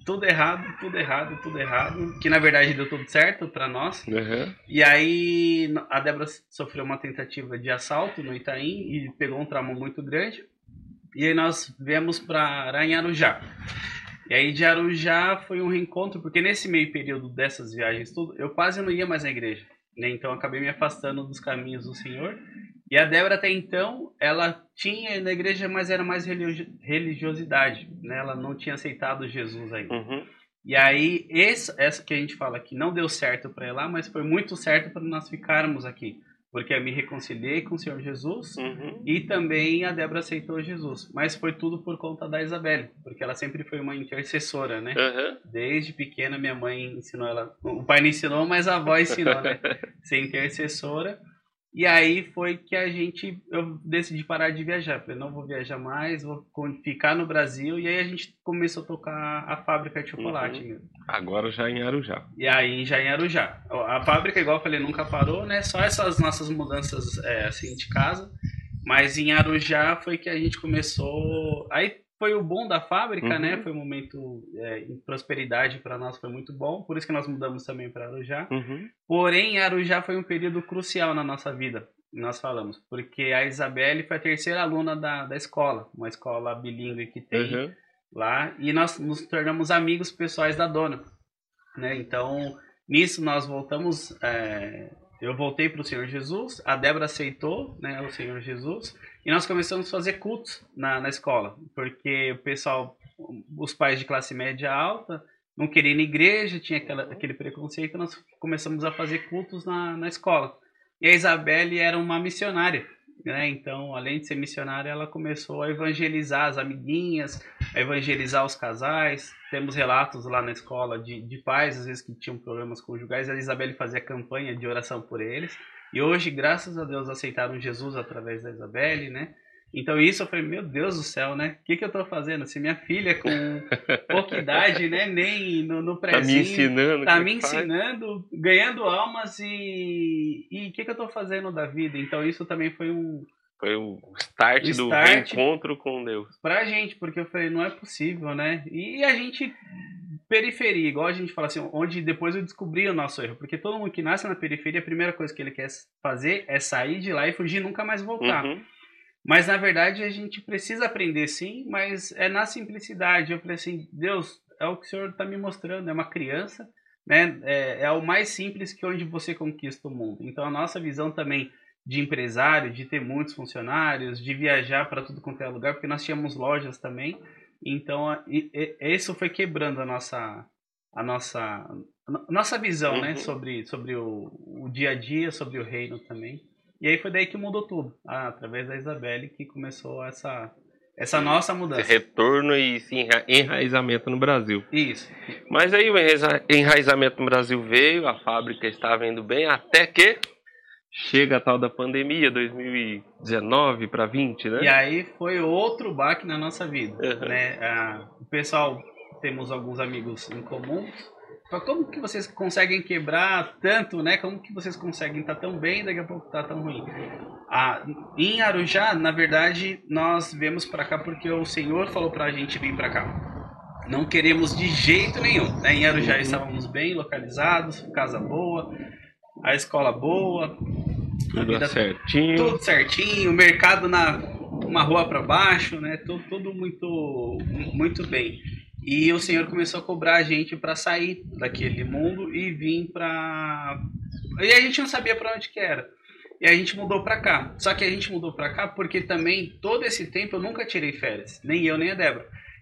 que na verdade deu tudo certo pra nós. E aí a Débora sofreu uma tentativa de assalto no Itaim e pegou um trauma muito grande. E aí nós viemos pra Arujá. E aí de Arujá foi um reencontro, porque nesse meio período dessas viagens tudo, eu quase não ia mais na igreja, né? Então eu acabei me afastando dos caminhos do Senhor. E a Débora até então, ela tinha na igreja, mas era mais religiosidade, né? Ela não tinha aceitado Jesus ainda. E aí essa que a gente fala que não deu certo para ela, mas foi muito certo para nós ficarmos aqui. Porque eu me reconciliei com o Senhor Jesus e também a Débora aceitou Jesus. Mas foi tudo por conta da Isabelle, porque ela sempre foi uma intercessora, né? Desde pequena minha mãe ensinou ela, o pai não ensinou, mas a avó ensinou, né? Ser intercessora. E aí foi que eu decidi parar de viajar. Falei, não vou viajar mais, vou ficar no Brasil. E aí a gente começou a tocar a fábrica de chocolate mesmo. Agora já em Arujá. E aí já em Arujá. A fábrica, igual eu falei, nunca parou, né? Só essas nossas mudanças assim de casa. Mas em Arujá foi que a gente começou... Aí foi o bom da fábrica, né? Foi um momento em prosperidade para nós, foi muito bom. Por isso que nós mudamos também para Arujá. Porém, Arujá foi um período crucial na nossa vida, nós falamos. Porque a Isabelle foi a 3ª aluna da escola, uma escola bilíngue que tem lá. E nós nos tornamos amigos pessoais da dona, né? Então, nisso nós voltamos... Eu voltei para o Senhor Jesus, a Débora aceitou, né, o Senhor Jesus, e nós começamos a fazer cultos na escola, porque o pessoal, os pais de classe média alta, não queriam ir na igreja, tinha aquele preconceito, nós começamos a fazer cultos na escola. E a Isabelle era uma missionária, né? Então, além de ser missionária, ela começou a evangelizar as amiguinhas, a evangelizar os casais. Temos relatos lá na escola de pais, às vezes, que tinham problemas conjugais. A Isabelle fazia campanha de oração por eles. E hoje, graças a Deus, aceitaram Jesus através da Isabelle, né? Então isso eu falei, meu Deus do céu, né? O que eu tô fazendo? Se minha filha com pouca idade, né? Nem no prézinho, tá me ensinando, ganhando almas e o que eu tô fazendo da vida? Então isso também foi um start do reencontro com Deus. Pra gente, porque eu falei, não é possível, né? E a gente, periferia, igual a gente fala assim, onde depois eu descobri o nosso erro, porque todo mundo que nasce na periferia, a primeira coisa que ele quer fazer é sair de lá e fugir e nunca mais voltar. Mas, na verdade, a gente precisa aprender, sim, mas é na simplicidade. Eu falei assim, Deus, é o que o Senhor está me mostrando, é uma criança, né? É o mais simples que onde você conquista o mundo. Então, a nossa visão também de empresário, de ter muitos funcionários, de viajar para tudo quanto é lugar, porque nós tínhamos lojas também. Então, isso foi quebrando a nossa visão, né? Sobre o dia a dia, sobre o reino também. E aí foi daí que mudou tudo, através da Isabelle, que começou essa nossa mudança. Esse retorno e esse enraizamento no Brasil. Isso. Mas aí o enraizamento no Brasil veio, a fábrica estava indo bem, até que chega a tal da pandemia, 2019 para 20, né? E aí foi outro baque na nossa vida, né? O pessoal, temos alguns amigos em comum. Como que vocês conseguem quebrar tanto, né? Como que vocês conseguem estar tão bem e daqui a pouco tá tão ruim? Em Arujá, na verdade, nós viemos para cá porque o Senhor falou para a gente vir para cá. Não queremos de jeito nenhum, né? Em Arujá estávamos bem localizados, casa boa, a escola boa, a vida tudo certinho, o mercado uma rua para baixo, né? Tudo muito, muito bem. E o Senhor começou a cobrar a gente para sair daquele mundo e vir para... E a gente não sabia para onde que era. E a gente mudou para cá. Só que a gente mudou para cá porque também, todo esse tempo, eu nunca tirei férias. Nem eu, nem a Débora.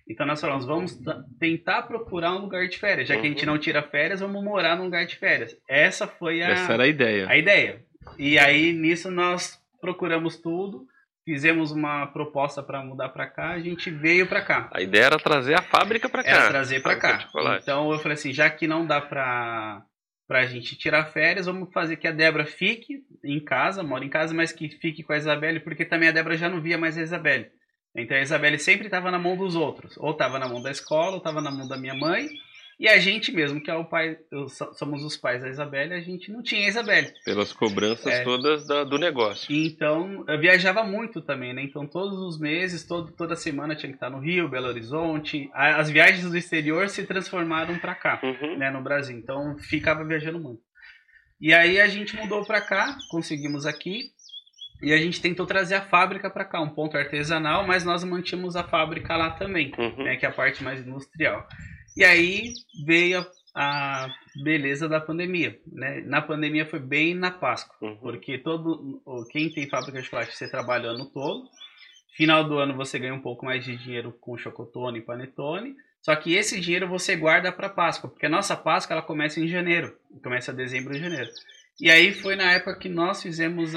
Então nós falamos, vamos tentar procurar um lugar de férias. Já que a gente não tira férias, vamos morar num lugar de férias. Essa era a ideia. A ideia. E aí, nisso, nós procuramos tudo, fizemos uma proposta para mudar para cá, a gente veio para cá. A ideia era trazer a fábrica para cá. Era trazer para cá. Então eu falei assim, já que não dá pra gente tirar férias, vamos fazer que a Débora fique em casa, mora em casa, mas que fique com a Isabelle, porque também a Débora já não via mais a Isabelle. Então a Isabelle sempre estava na mão dos outros. Ou estava na mão da escola, ou estava na mão da minha mãe. E a gente mesmo, que é o pai, somos os pais da Isabelle, a gente não tinha a Isabelle. Pelas cobranças todas do negócio. Então, eu viajava muito também, né? Então, todos os meses, toda semana tinha que estar no Rio, Belo Horizonte. As viagens do exterior se transformaram para cá, né? No Brasil. Então, ficava viajando muito. E aí, a gente mudou para cá, conseguimos aqui. E a gente tentou trazer a fábrica para cá, um ponto artesanal, mas nós mantínhamos a fábrica lá também, né? Que é a parte mais industrial. E aí veio a beleza da pandemia, né? Na pandemia foi bem na Páscoa, porque quem tem fábrica de chocolate, você trabalha o ano todo. Final do ano você ganha um pouco mais de dinheiro com chocotone e panetone. Só que esse dinheiro você guarda para Páscoa, porque a nossa Páscoa ela começa em janeiro, começa dezembro e janeiro. E aí foi na época que nós fizemos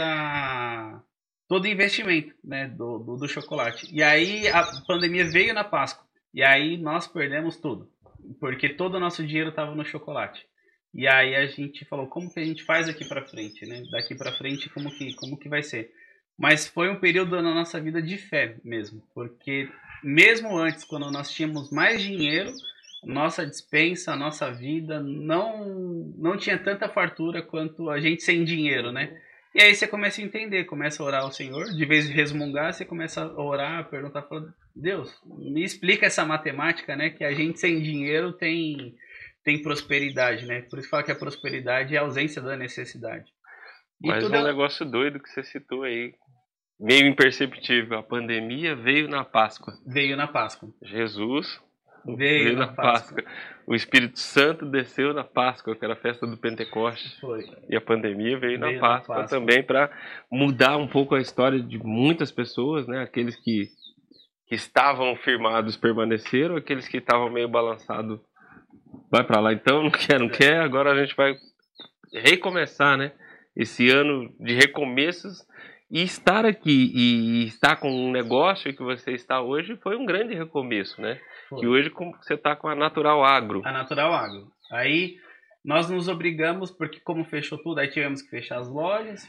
todo o investimento, né, do chocolate. E aí a pandemia veio na Páscoa. E aí nós perdemos tudo. Porque todo o nosso dinheiro estava no chocolate. E aí a gente falou, como que a gente faz daqui para frente, né? Daqui para frente, como que vai ser? Mas foi um período na nossa vida de fé mesmo. Porque mesmo antes, quando nós tínhamos mais dinheiro, nossa despensa, a nossa vida não tinha tanta fartura quanto a gente sem dinheiro, né? E aí você começa a entender, começa a orar ao Senhor, de vez de resmungar, você começa a orar, perguntar, falando, Deus, me explica essa matemática, né? Que a gente sem dinheiro tem prosperidade, né? Por isso fala que a prosperidade é a ausência da necessidade. Mas um negócio doido que você citou aí, meio imperceptível, a pandemia veio na Páscoa. Veio na Páscoa. Jesus veio na Páscoa. O Espírito Santo desceu na Páscoa, que era a festa do Pentecostes. Foi. E a pandemia veio na Páscoa também para mudar um pouco a história de muitas pessoas, né? Aqueles que estavam firmados permaneceram, aqueles que estavam meio balançados vai para lá. Então, não quer, agora a gente vai recomeçar, né? Esse ano de recomeços. E estar aqui e estar com um negócio que você está hoje foi um grande recomeço, né? Foi. Que hoje você está com a Natural Agro. A Natural Agro. Aí nós nos obrigamos, porque como fechou tudo, aí tivemos que fechar as lojas,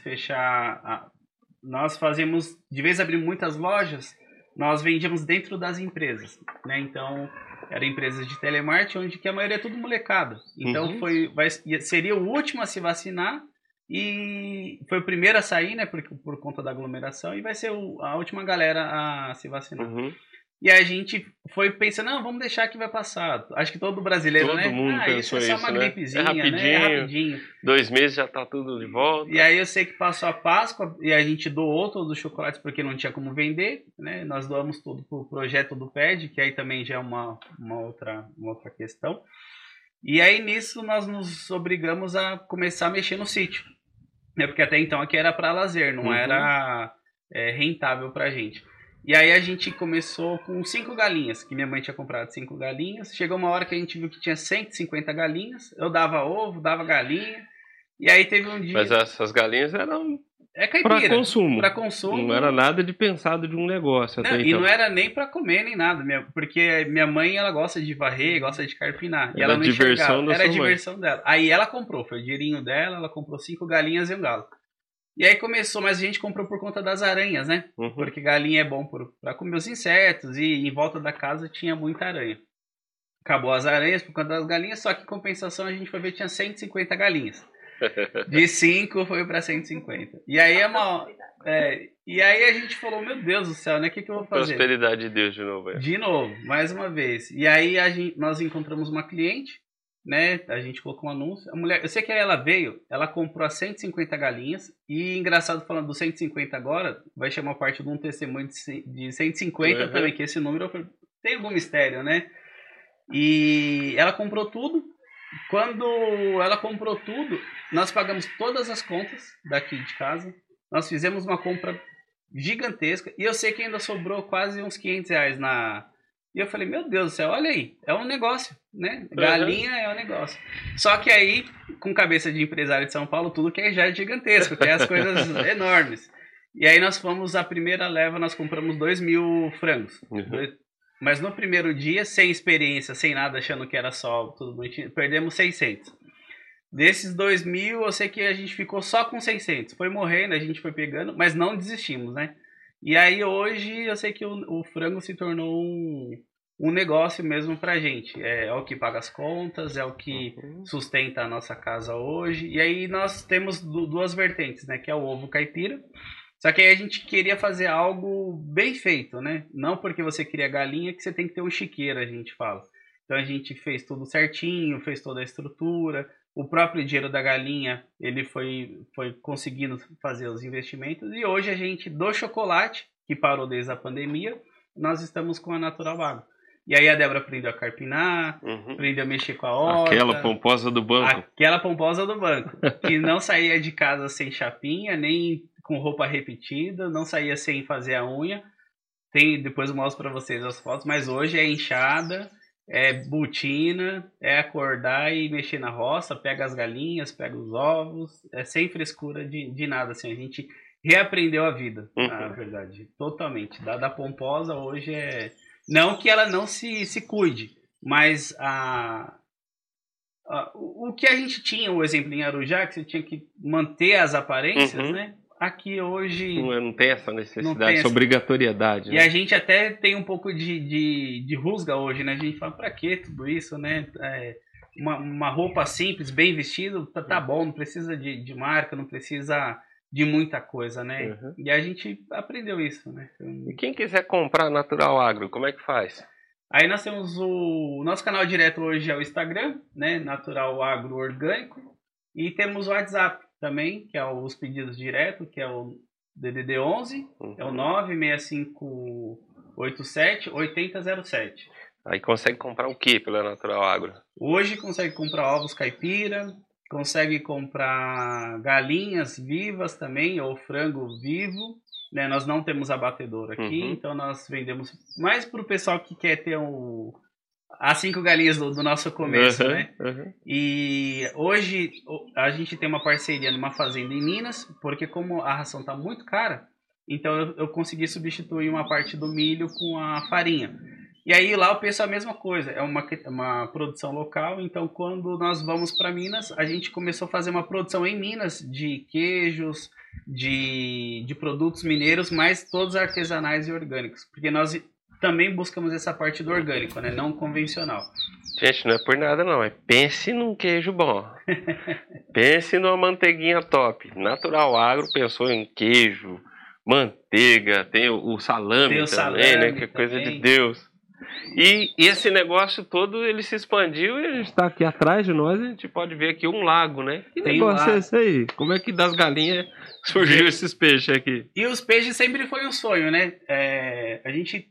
nós fazíamos, de vez abrir muitas lojas, nós vendíamos dentro das empresas, né? Então, eram empresas de telemarketing, onde que a maioria é tudo molecada. Então, seria o último a se vacinar, e foi o primeiro a sair, né, por conta da aglomeração, e vai ser a última galera a se vacinar. E a gente foi pensando, não, vamos deixar que vai passar. Acho que todo brasileiro, todo né? Mundo isso é só uma gripezinha, rapidinho, né? É rapidinho. 2 meses já tá tudo de volta. E aí eu sei que passou a Páscoa e a gente doou todos os chocolates porque não tinha como vender, né? Nós doamos tudo pro projeto do PED, que aí também já é uma outra questão. E aí nisso nós nos obrigamos a começar a mexer no sítio. Né? Porque até então aqui era para lazer, não era rentável pra gente. E aí a gente começou com 5 galinhas, que minha mãe tinha comprado 5 galinhas. Chegou uma hora que a gente viu que tinha 150 galinhas. Eu dava ovo, dava galinha. E aí teve um dia... Mas essas galinhas eram caipira, para consumo. Não era nada de pensado de um negócio. Não, e não era nem para comer, nem nada. Porque minha mãe, ela gosta de varrer, gosta de carpinar. E ela não enxergava. Era a diversão dela. Aí ela comprou, foi o dinheirinho dela. Ela comprou 5 galinhas e um galo. E aí começou, mas a gente comprou por conta das aranhas, né? Porque galinha é bom para comer os insetos e em volta da casa tinha muita aranha. Acabou as aranhas por conta das galinhas, só que em compensação a gente foi ver que tinha 150 galinhas. De 5 foi para 150. E aí e aí a gente falou, meu Deus do céu, né? O que eu vou fazer? Prosperidade de Deus de novo. De novo, mais uma vez. E aí nós encontramos uma cliente, né? A gente colocou um anúncio. A mulher, eu sei que ela veio, ela comprou as 150 galinhas. E engraçado, falando dos 150 agora, vai chamar parte de um testemunho de 150 também, que esse número tem algum mistério, né? E ela comprou tudo. Quando ela comprou tudo, nós pagamos todas as contas daqui de casa. Nós fizemos uma compra gigantesca. E eu sei que ainda sobrou quase uns R$500 E eu falei, meu Deus do céu, olha aí, é um negócio, né? Galinha é um negócio. Só que aí, com cabeça de empresário de São Paulo, tudo que já é gigantesco, tem as coisas enormes. E aí nós fomos, a primeira leva, nós compramos 2.000 frangos. Mas no primeiro dia, sem experiência, sem nada, achando que era só tudo bonitinho, perdemos 600. Desses 2.000, eu sei que a gente ficou só com 600. Foi morrendo, a gente foi pegando, mas não desistimos, né? E aí hoje eu sei que o frango se tornou um negócio mesmo pra gente. É o que paga as contas, é o que sustenta a nossa casa hoje. E aí nós temos duas vertentes, né? Que é o ovo caipira. Só que aí a gente queria fazer algo bem feito, né? Não porque você cria galinha que você tem que ter um chiqueiro, a gente fala. Então a gente fez tudo certinho, fez toda a estrutura. O próprio dinheiro da galinha, ele foi conseguindo fazer os investimentos. E hoje a gente, do chocolate, que parou desde a pandemia, nós estamos com a Natural Agro. E aí a Débora aprendeu a carpinar, aprendeu a mexer com a horta. Aquela pomposa do banco. Aquela pomposa do banco. Que não saía de casa sem chapinha, nem com roupa repetida, não saía sem fazer a unha. Depois eu mostro para vocês as fotos, mas hoje é enxada, é botina, é acordar e mexer na roça, pega as galinhas, pega os ovos, é sem frescura de nada, assim, a gente reaprendeu a vida, na verdade, totalmente. Da pomposa hoje é... Não que ela não se cuide, mas o que a gente tinha, o exemplo em Arujá, que você tinha que manter as aparências, né? Aqui hoje... Não tem essa necessidade, essa obrigatoriedade. E né? a gente até tem um pouco de rusga hoje, né? A gente fala, pra que tudo isso, né? Uma roupa simples, bem vestido, tá bom, não precisa de marca, não precisa de muita coisa, né? E a gente aprendeu isso, né? E quem quiser comprar Natural Agro, como é que faz? Aí nós temos o nosso canal direto hoje é o Instagram, né? Natural Agro Orgânico. E temos o WhatsApp também, que é os pedidos direto, que é o DDD 11, é o 96587-8007. Aí consegue comprar o que pela Natural Agro? Hoje consegue comprar ovos caipira, consegue comprar galinhas vivas também, ou frango vivo. Né? Nós não temos abatedor aqui, então nós vendemos mais para o pessoal que quer ter as 5 galinhas do nosso começo, né? E hoje a gente tem uma parceria numa fazenda em Minas, porque como a ração tá muito cara, então eu consegui substituir uma parte do milho com a farinha. E aí lá eu penso a mesma coisa, é uma produção local, então quando nós vamos para Minas, a gente começou a fazer uma produção em Minas de queijos, de produtos mineiros, mas todos artesanais e orgânicos, porque nós também buscamos essa parte do orgânico, né? Não convencional. Gente, não é por nada não, pense num queijo bom. Pense numa manteiguinha top. Natural Agro pensou em queijo, manteiga, tem o salame também, né? Que é coisa de Deus. E esse negócio todo, ele se expandiu e a gente está aqui atrás de nós, a gente pode ver aqui um lago, né? Que negócio é esse aí? Como é que das galinhas surgiu esses peixes aqui? E os peixes sempre foi um sonho, né? A gente...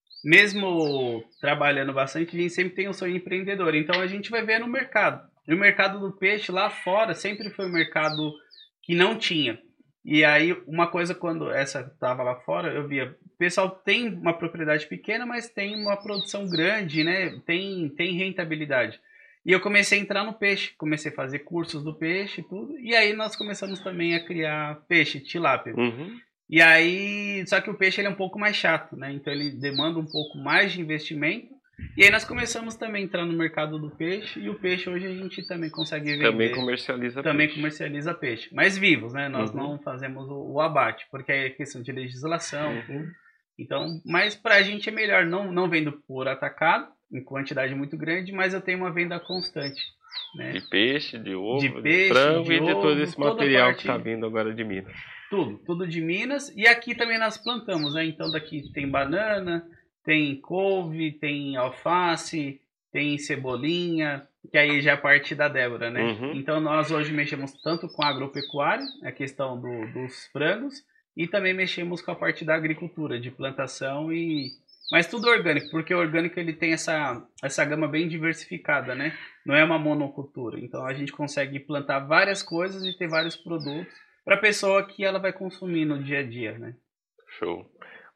Mesmo trabalhando bastante, a gente sempre tem um sonho empreendedor. Então a gente vai ver no mercado. E o mercado do peixe lá fora sempre foi um mercado que não tinha. E aí uma coisa, quando essa estava lá fora, eu via, o pessoal tem uma propriedade pequena, mas tem uma produção grande, né? Tem rentabilidade. E eu comecei a entrar no peixe, comecei a fazer cursos do peixe e tudo. E aí nós começamos também a criar peixe, tilápia. E aí, só que o peixe ele é um pouco mais chato, né? Então ele demanda um pouco mais de investimento. E aí nós começamos também a entrar no mercado do peixe. E o peixe hoje a gente também consegue vender. Também comercializa peixe. Mas vivos, né? Nós não fazemos o abate, porque é questão de legislação. Então, mas pra gente é melhor. Não vendo por atacado, em quantidade muito grande, mas eu tenho uma venda constante. Né? De peixe, de ovo, de frango e de todo esse material que está vindo agora de Minas. Tudo de Minas. E aqui também nós plantamos, né? Então daqui tem banana, tem couve, tem alface, tem cebolinha, que aí já é parte da Débora, né? Então nós hoje mexemos tanto com a agropecuária, a questão dos frangos, e também mexemos com a parte da agricultura, de plantação mas tudo orgânico, porque o orgânico ele tem essa gama bem diversificada, né? Não é uma monocultura. Então a gente consegue plantar várias coisas e ter vários produtos para a pessoa que ela vai consumir no dia a dia, né? Show.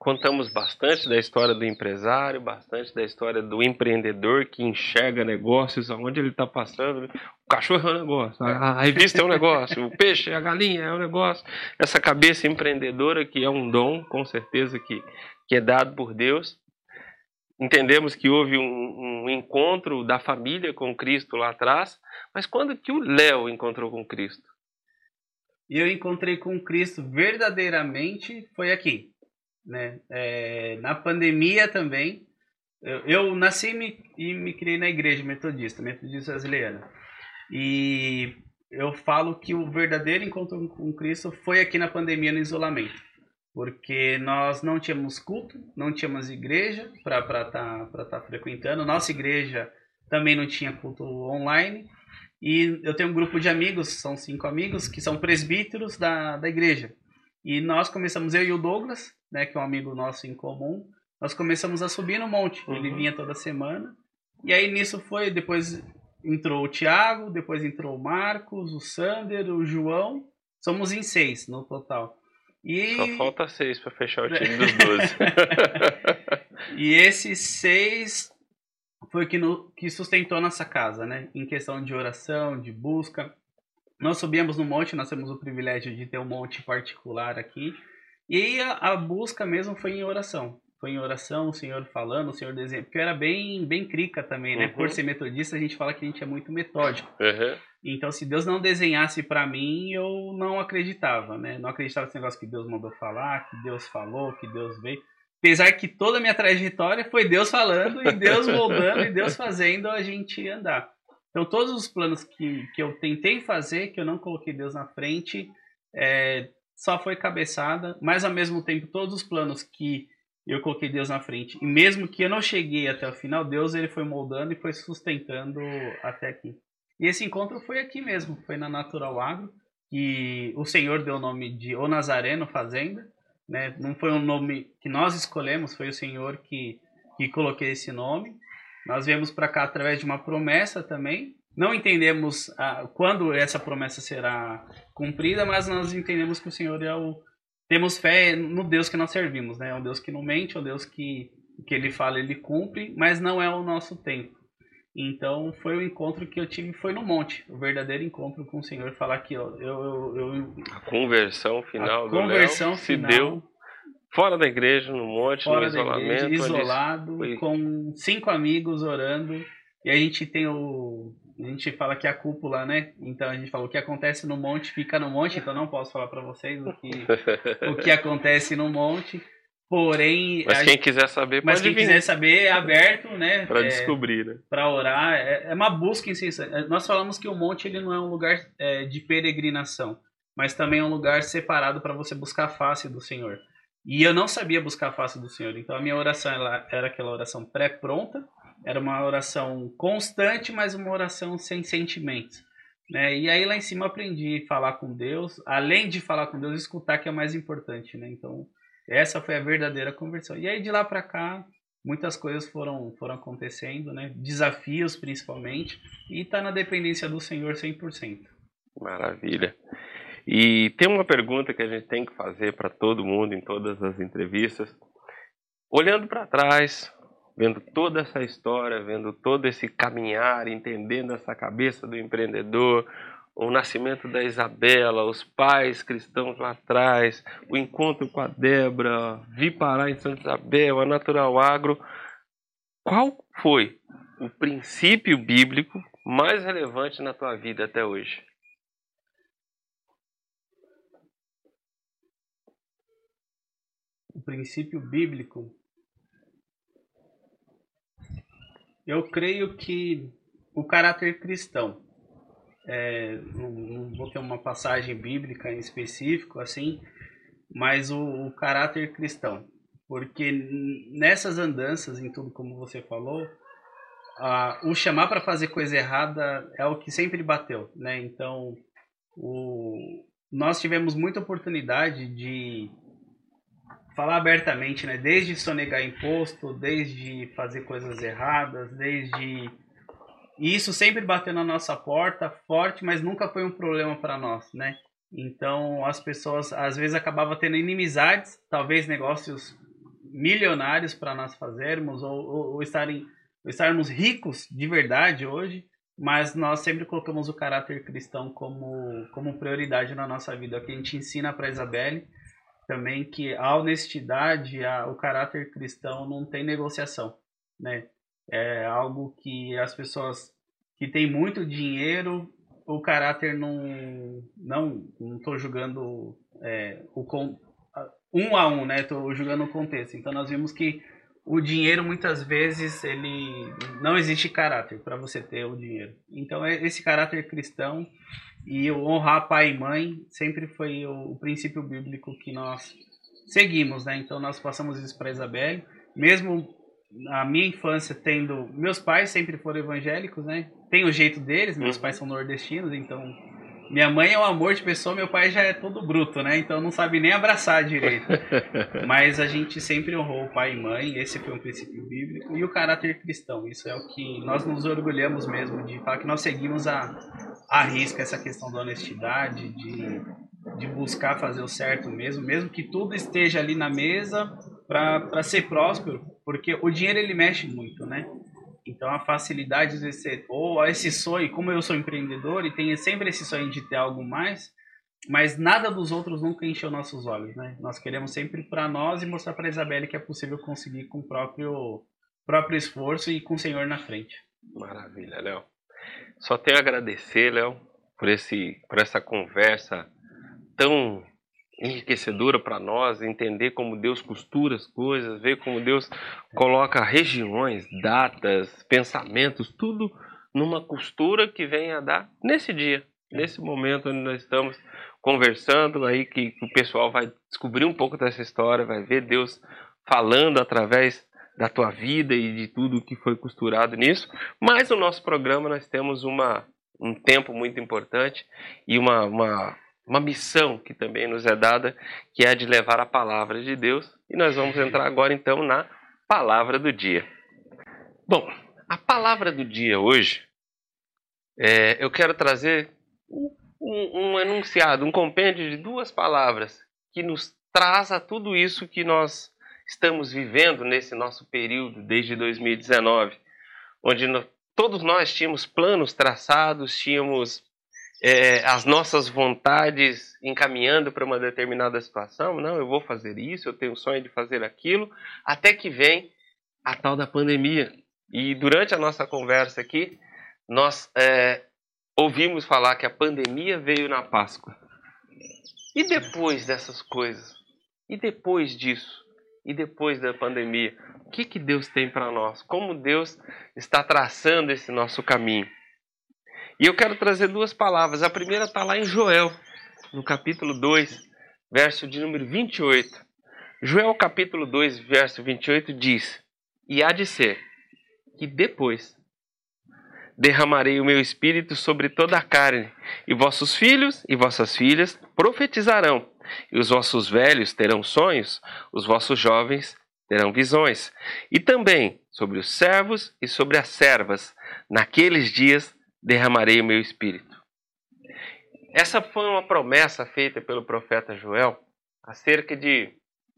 Contamos bastante da história do empresário, bastante da história do empreendedor que enxerga negócios aonde ele está passando. O cachorro é um negócio, a revista é um negócio, o peixe, a galinha é um negócio. Essa cabeça empreendedora que é um dom, com certeza que é dado por Deus. Entendemos que houve um encontro da família com Cristo lá atrás, mas quando que o Léo encontrou com Cristo? E eu encontrei com Cristo verdadeiramente foi aqui, né? Na pandemia também. Eu nasci e me criei na igreja metodista brasileira. E eu falo que o verdadeiro encontro com Cristo foi aqui na pandemia, no isolamento. Porque nós não tínhamos culto, não tínhamos igreja para tá frequentando. Nossa igreja também não tinha culto online. E eu tenho um grupo de amigos, são 5 amigos, que são presbíteros da igreja. E nós começamos, eu e o Douglas, né, que é um amigo nosso em comum, nós começamos a subir no monte. Ele vinha toda semana. E aí nisso foi, depois entrou o Thiago, depois entrou o Marcos, o Sander, o João. Somos em 6 no total. E... Só falta 6 para fechar o time dos 12. E esses 6 foi que sustentou nossa casa, né? Em questão de oração, de busca. Nós subíamos no monte, nós temos o privilégio de ter um monte particular aqui. E a busca mesmo foi em oração. Foi em oração, o Senhor falando, o Senhor desenhando. Porque eu era bem crica também, né? Por ser metodista, a gente fala que a gente é muito metódico. Então, se Deus não desenhasse para mim, eu não acreditava, né? Não acreditava nesse negócio que Deus mandou falar, que Deus falou, que Deus veio. Apesar que toda a minha trajetória foi Deus falando e Deus moldando e Deus fazendo a gente andar. Então, todos os planos que eu tentei fazer, que eu não coloquei Deus na frente, só foi cabeçada. Mas, ao mesmo tempo, todos os planos que eu coloquei Deus na frente, e mesmo que eu não cheguei até o final, Deus ele foi moldando e foi sustentando até aqui. E esse encontro foi aqui mesmo, foi na Natural Agro, que o Senhor deu o nome de O Nazareno Fazenda, né? Não foi um nome que nós escolhemos, foi o Senhor que coloquei esse nome. Nós viemos para cá através de uma promessa também. Não entendemos quando essa promessa será cumprida, mas nós entendemos que o Senhor temos fé no Deus que nós servimos, né? É um Deus que não mente, é um Deus que Ele fala, Ele cumpre, mas não é o nosso tempo. Então, foi o encontro que eu tive, foi no monte. O verdadeiro encontro com o Senhor. Falar que a conversão final do Léo se deu fora da igreja, no monte, no isolamento. Igreja, isolado, com 5 amigos orando. E a gente tem a gente fala que é a cúpula, né? Então, a gente fala o que acontece no monte, fica no monte. Então, não posso falar para vocês o que acontece no monte. Porém, quem quiser saber, pode vir. Quiser saber, é aberto, né? Para descobrir, né? Para orar. É uma busca em si. Nós falamos que o monte ele não é um lugar de peregrinação, mas também é um lugar separado para você buscar a face do Senhor. E eu não sabia buscar a face do Senhor. Então, a minha oração era aquela oração pré-pronta. Era uma oração constante, mas uma oração sem sentimentos. Né? E aí, lá em cima, eu aprendi a falar com Deus. Além de falar com Deus, escutar, que é o mais importante, né? Então... essa foi a verdadeira conversão. E aí, de lá para cá, muitas coisas foram acontecendo, né? Desafios, principalmente. E está na dependência do Senhor 100%. Maravilha. E tem uma pergunta que a gente tem que fazer para todo mundo em todas as entrevistas. Olhando para trás, vendo toda essa história, vendo todo esse caminhar, entendendo essa cabeça do empreendedor, o nascimento da Isabela, os pais cristãos lá atrás, o encontro com a Débora, vir parar em Santa Isabel, a Natural Agro. Qual foi o princípio bíblico mais relevante na tua vida até hoje? O princípio bíblico, eu creio que o caráter cristão. Não vou ter uma passagem bíblica em específico, assim, mas o caráter cristão. Porque nessas andanças, em tudo como você falou, o chamar para fazer coisa errada é o que sempre bateu, né? Então, nós tivemos muita oportunidade de falar abertamente, né? Desde sonegar imposto, desde fazer coisas erradas, E isso sempre bateu na nossa porta, forte, mas nunca foi um problema para nós, né? Então, as pessoas, às vezes, acabavam tendo inimizades, talvez negócios milionários para nós fazermos ou estarmos ricos de verdade hoje, mas nós sempre colocamos o caráter cristão como prioridade na nossa vida. O que a gente ensina para a Isabelle também, que a honestidade, o caráter cristão não tem negociação, né? É algo que as pessoas que têm muito dinheiro, o caráter não estou julgando um a um, né? Estou julgando o contexto. Então nós vimos que o dinheiro muitas vezes ele não existe caráter para você ter o dinheiro. Então esse caráter cristão e o honrar pai e mãe sempre foi o princípio bíblico que nós seguimos, né? Então nós passamos isso para a Isabelle, mesmo a minha infância meus pais sempre foram evangélicos, né? Tem o jeito deles, meus pais são nordestinos, então minha mãe é um amor de pessoa, meu pai já é todo bruto, né? Então não sabe nem abraçar direito. Mas a gente sempre honrou o pai e mãe, esse foi um princípio bíblico, e o caráter cristão. Isso é o que nós nos orgulhamos mesmo de falar, que nós seguimos a risca essa questão da honestidade, de buscar fazer o certo mesmo que tudo esteja ali na mesa para ser próspero, porque o dinheiro ele mexe muito, né? Então a facilidade de ser, ou esse sonho, como eu sou empreendedor e tenho sempre esse sonho de ter algo mais, mas nada dos outros nunca encheu nossos olhos, né? Nós queremos sempre para nós e mostrar para a Isabelle que é possível conseguir com o próprio esforço e com o Senhor na frente. Maravilha, Léo. Só tenho a agradecer, Léo, por essa conversa tão enriquecedora para nós, entender como Deus costura as coisas, ver como Deus coloca regiões, datas, pensamentos, tudo numa costura que vem a dar nesse dia, nesse momento onde nós estamos conversando, aí que o pessoal vai descobrir um pouco dessa história, vai ver Deus falando através da tua vida e de tudo que foi costurado nisso. Mas no nosso programa nós temos um tempo muito importante e uma missão que também nos é dada, que é a de levar a palavra de Deus. E nós vamos entrar agora então na palavra do dia. Bom, a palavra do dia hoje, eu quero trazer um enunciado, um compêndio de 2 palavras que nos traz a tudo isso que nós estamos vivendo nesse nosso período desde 2019, onde todos nós tínhamos planos traçados, tínhamos as nossas vontades encaminhando para uma determinada situação. Não, eu vou fazer isso, eu tenho o sonho de fazer aquilo, até que vem a tal da pandemia. E durante a nossa conversa aqui, nós ouvimos falar que a pandemia veio na Páscoa. E depois dessas coisas? E depois disso? E depois da pandemia? O que Deus tem para nós? Como Deus está traçando esse nosso caminho? E eu quero trazer 2 palavras. A primeira está lá em Joel, no capítulo 2, verso de número 28. Joel, capítulo 2, verso 28, diz: E há de ser que depois derramarei o meu espírito sobre toda a carne, e vossos filhos e vossas filhas profetizarão, e os vossos velhos terão sonhos, os vossos jovens terão visões. E também sobre os servos e sobre as servas, naqueles dias derramarei o meu espírito. Essa foi uma promessa feita pelo profeta Joel há cerca de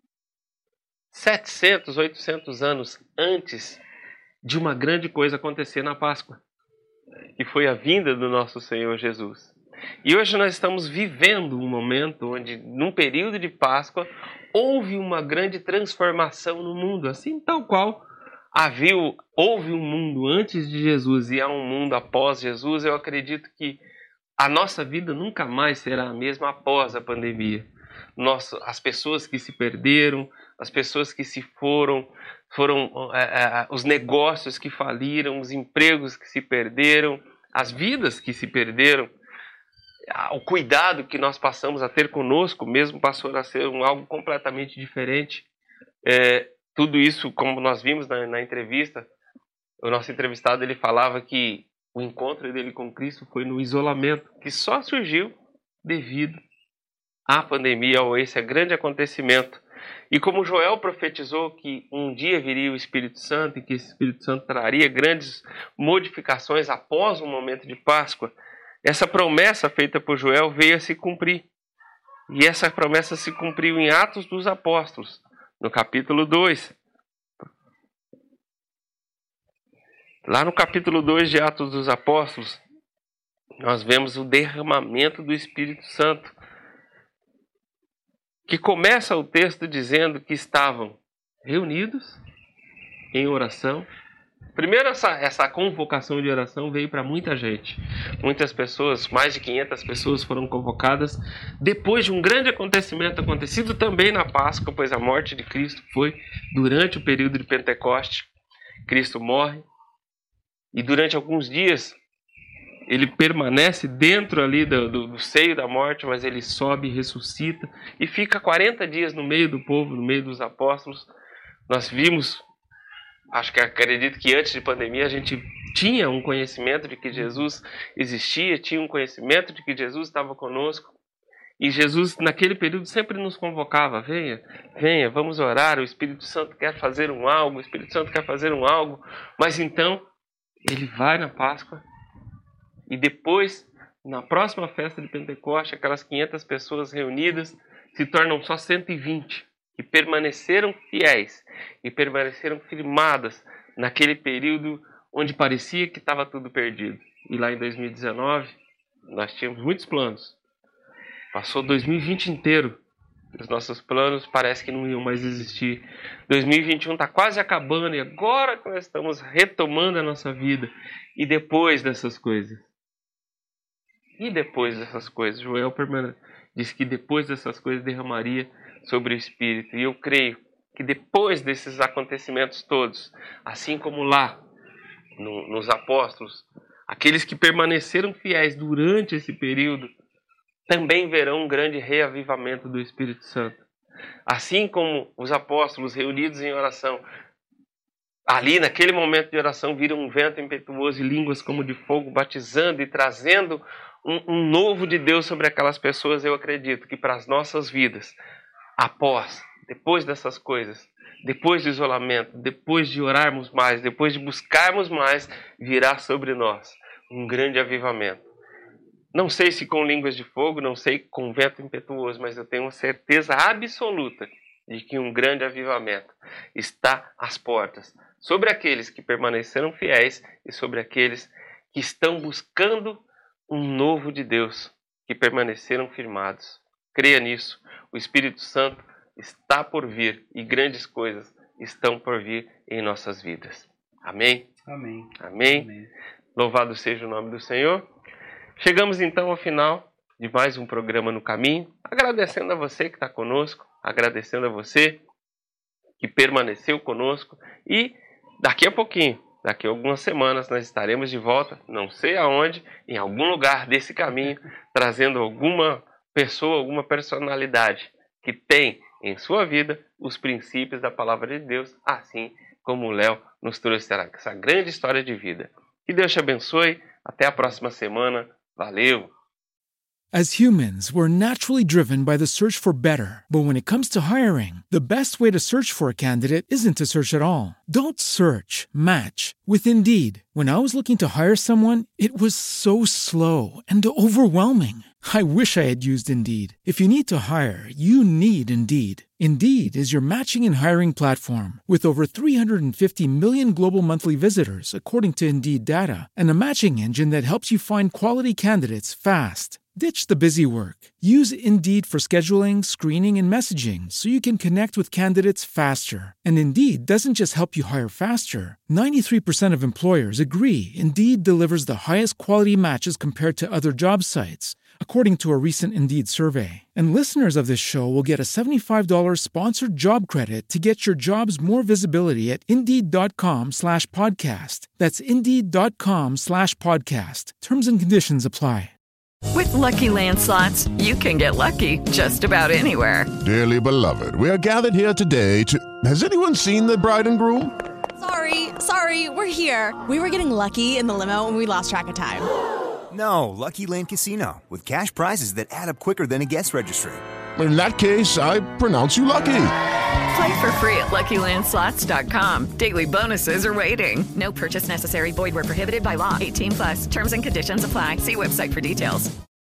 700, 800 anos antes de uma grande coisa acontecer na Páscoa, que foi a vinda do nosso Senhor Jesus. E hoje nós estamos vivendo um momento onde, num período de Páscoa, houve uma grande transformação no mundo, assim tal qual houve um mundo antes de Jesus e há um mundo após Jesus. Eu acredito que a nossa vida nunca mais será a mesma após a pandemia. As pessoas que se perderam, as pessoas que se foram os negócios que faliram, os empregos que se perderam, as vidas que se perderam, o cuidado que nós passamos a ter conosco mesmo passou a ser algo completamente diferente. Tudo isso, como nós vimos na entrevista, o nosso entrevistado ele falava que o encontro dele com Cristo foi no isolamento, que só surgiu devido à pandemia, ou esse grande acontecimento. E como Joel profetizou que um dia viria o Espírito Santo e que esse Espírito Santo traria grandes modificações após o momento de Páscoa, essa promessa feita por Joel veio a se cumprir. E essa promessa se cumpriu em Atos dos Apóstolos, no capítulo 2. Lá no capítulo 2 de Atos dos Apóstolos, nós vemos o derramamento do Espírito Santo, que começa o texto dizendo que estavam reunidos em oração. Primeiro, essa convocação de oração veio para muita gente. Muitas pessoas, mais de 500 pessoas foram convocadas depois de um grande acontecimento acontecido também na Páscoa, pois a morte de Cristo foi durante o período de Pentecoste. Cristo morre e durante alguns dias ele permanece dentro ali do seio da morte, mas ele sobe, ressuscita e fica 40 dias no meio do povo, no meio dos apóstolos. Nós vimos, acredito que antes de pandemia a gente tinha um conhecimento de que Jesus existia, tinha um conhecimento de que Jesus estava conosco. E Jesus, naquele período, sempre nos convocava: venha, venha, vamos orar, o Espírito Santo quer fazer algo, o Espírito Santo quer fazer algo. Mas então, ele vai na Páscoa e depois, na próxima festa de Pentecoste, aquelas 500 pessoas reunidas se tornam só 120, que permaneceram fiéis e permaneceram firmadas naquele período onde parecia que estava tudo perdido. E lá em 2019, nós tínhamos muitos planos. Passou 2020 inteiro, os nossos planos parece que não iam mais existir. 2021 está quase acabando e agora que nós estamos retomando a nossa vida. E depois dessas coisas? E depois dessas coisas? Joel disse que depois dessas coisas derramaria sobre o Espírito. E eu creio que depois desses acontecimentos todos, assim como lá nos apóstolos, aqueles que permaneceram fiéis durante esse período também verão um grande reavivamento do Espírito Santo. Assim como os apóstolos reunidos em oração, ali naquele momento de oração viram um vento impetuoso e línguas como de fogo batizando e trazendo um novo de Deus sobre aquelas pessoas. Eu acredito que para as nossas vidas, depois dessas coisas, depois do isolamento, depois de orarmos mais, depois de buscarmos mais, virá sobre nós um grande avivamento. Não sei se com línguas de fogo, não sei com vento impetuoso, mas eu tenho certeza absoluta de que um grande avivamento está às portas, sobre aqueles que permaneceram fiéis e sobre aqueles que estão buscando um novo de Deus, que permaneceram firmados. Creia nisso, o Espírito Santo está por vir e grandes coisas estão por vir em nossas vidas. Amém? Amém. Amém? Amém. Louvado seja o nome do Senhor. Chegamos então ao final de mais um programa No Caminho, agradecendo a você que está conosco, agradecendo a você que permaneceu conosco e daqui a pouquinho, daqui a algumas semanas, nós estaremos de volta, não sei aonde, em algum lugar desse caminho, trazendo alguma pessoa, alguma personalidade que tem em sua vida os princípios da palavra de Deus, assim como o Léo nos trouxe essa grande história de vida. Que Deus te abençoe, até a próxima semana. Valeu! As humans, we're naturally driven by the search for better. But when it comes to hiring, the best way to search for a candidate isn't to search at all. Don't search, match with Indeed. When I was looking to hire someone, it was so slow and overwhelming. I wish I had used Indeed. If you need to hire, you need Indeed. Indeed is your matching and hiring platform with over 350 million global monthly visitors, according to Indeed data, and a matching engine that helps you find quality candidates fast. Ditch the busy work. Use Indeed for scheduling, screening, and messaging so you can connect with candidates faster. And Indeed doesn't just help you hire faster. 93% of employers agree Indeed delivers the highest quality matches compared to other job sites, according to a recent Indeed survey. And listeners of this show will get a $75 sponsored job credit to get your jobs more visibility at Indeed.com/podcast. That's Indeed.com/podcast. Terms and conditions apply. With Lucky Land Slots, you can get lucky just about anywhere. Dearly beloved, we are gathered here today to... Has anyone seen the bride and groom? Sorry, we're here. We were getting lucky in the limo and we lost track of time. No, Lucky Land Casino, with cash prizes that add up quicker than a guest registry. In that case, I pronounce you lucky. Play for free at LuckyLandSlots.com. Daily bonuses are waiting. No purchase necessary. Void where prohibited by law. 18+. Terms and conditions apply. See website for details.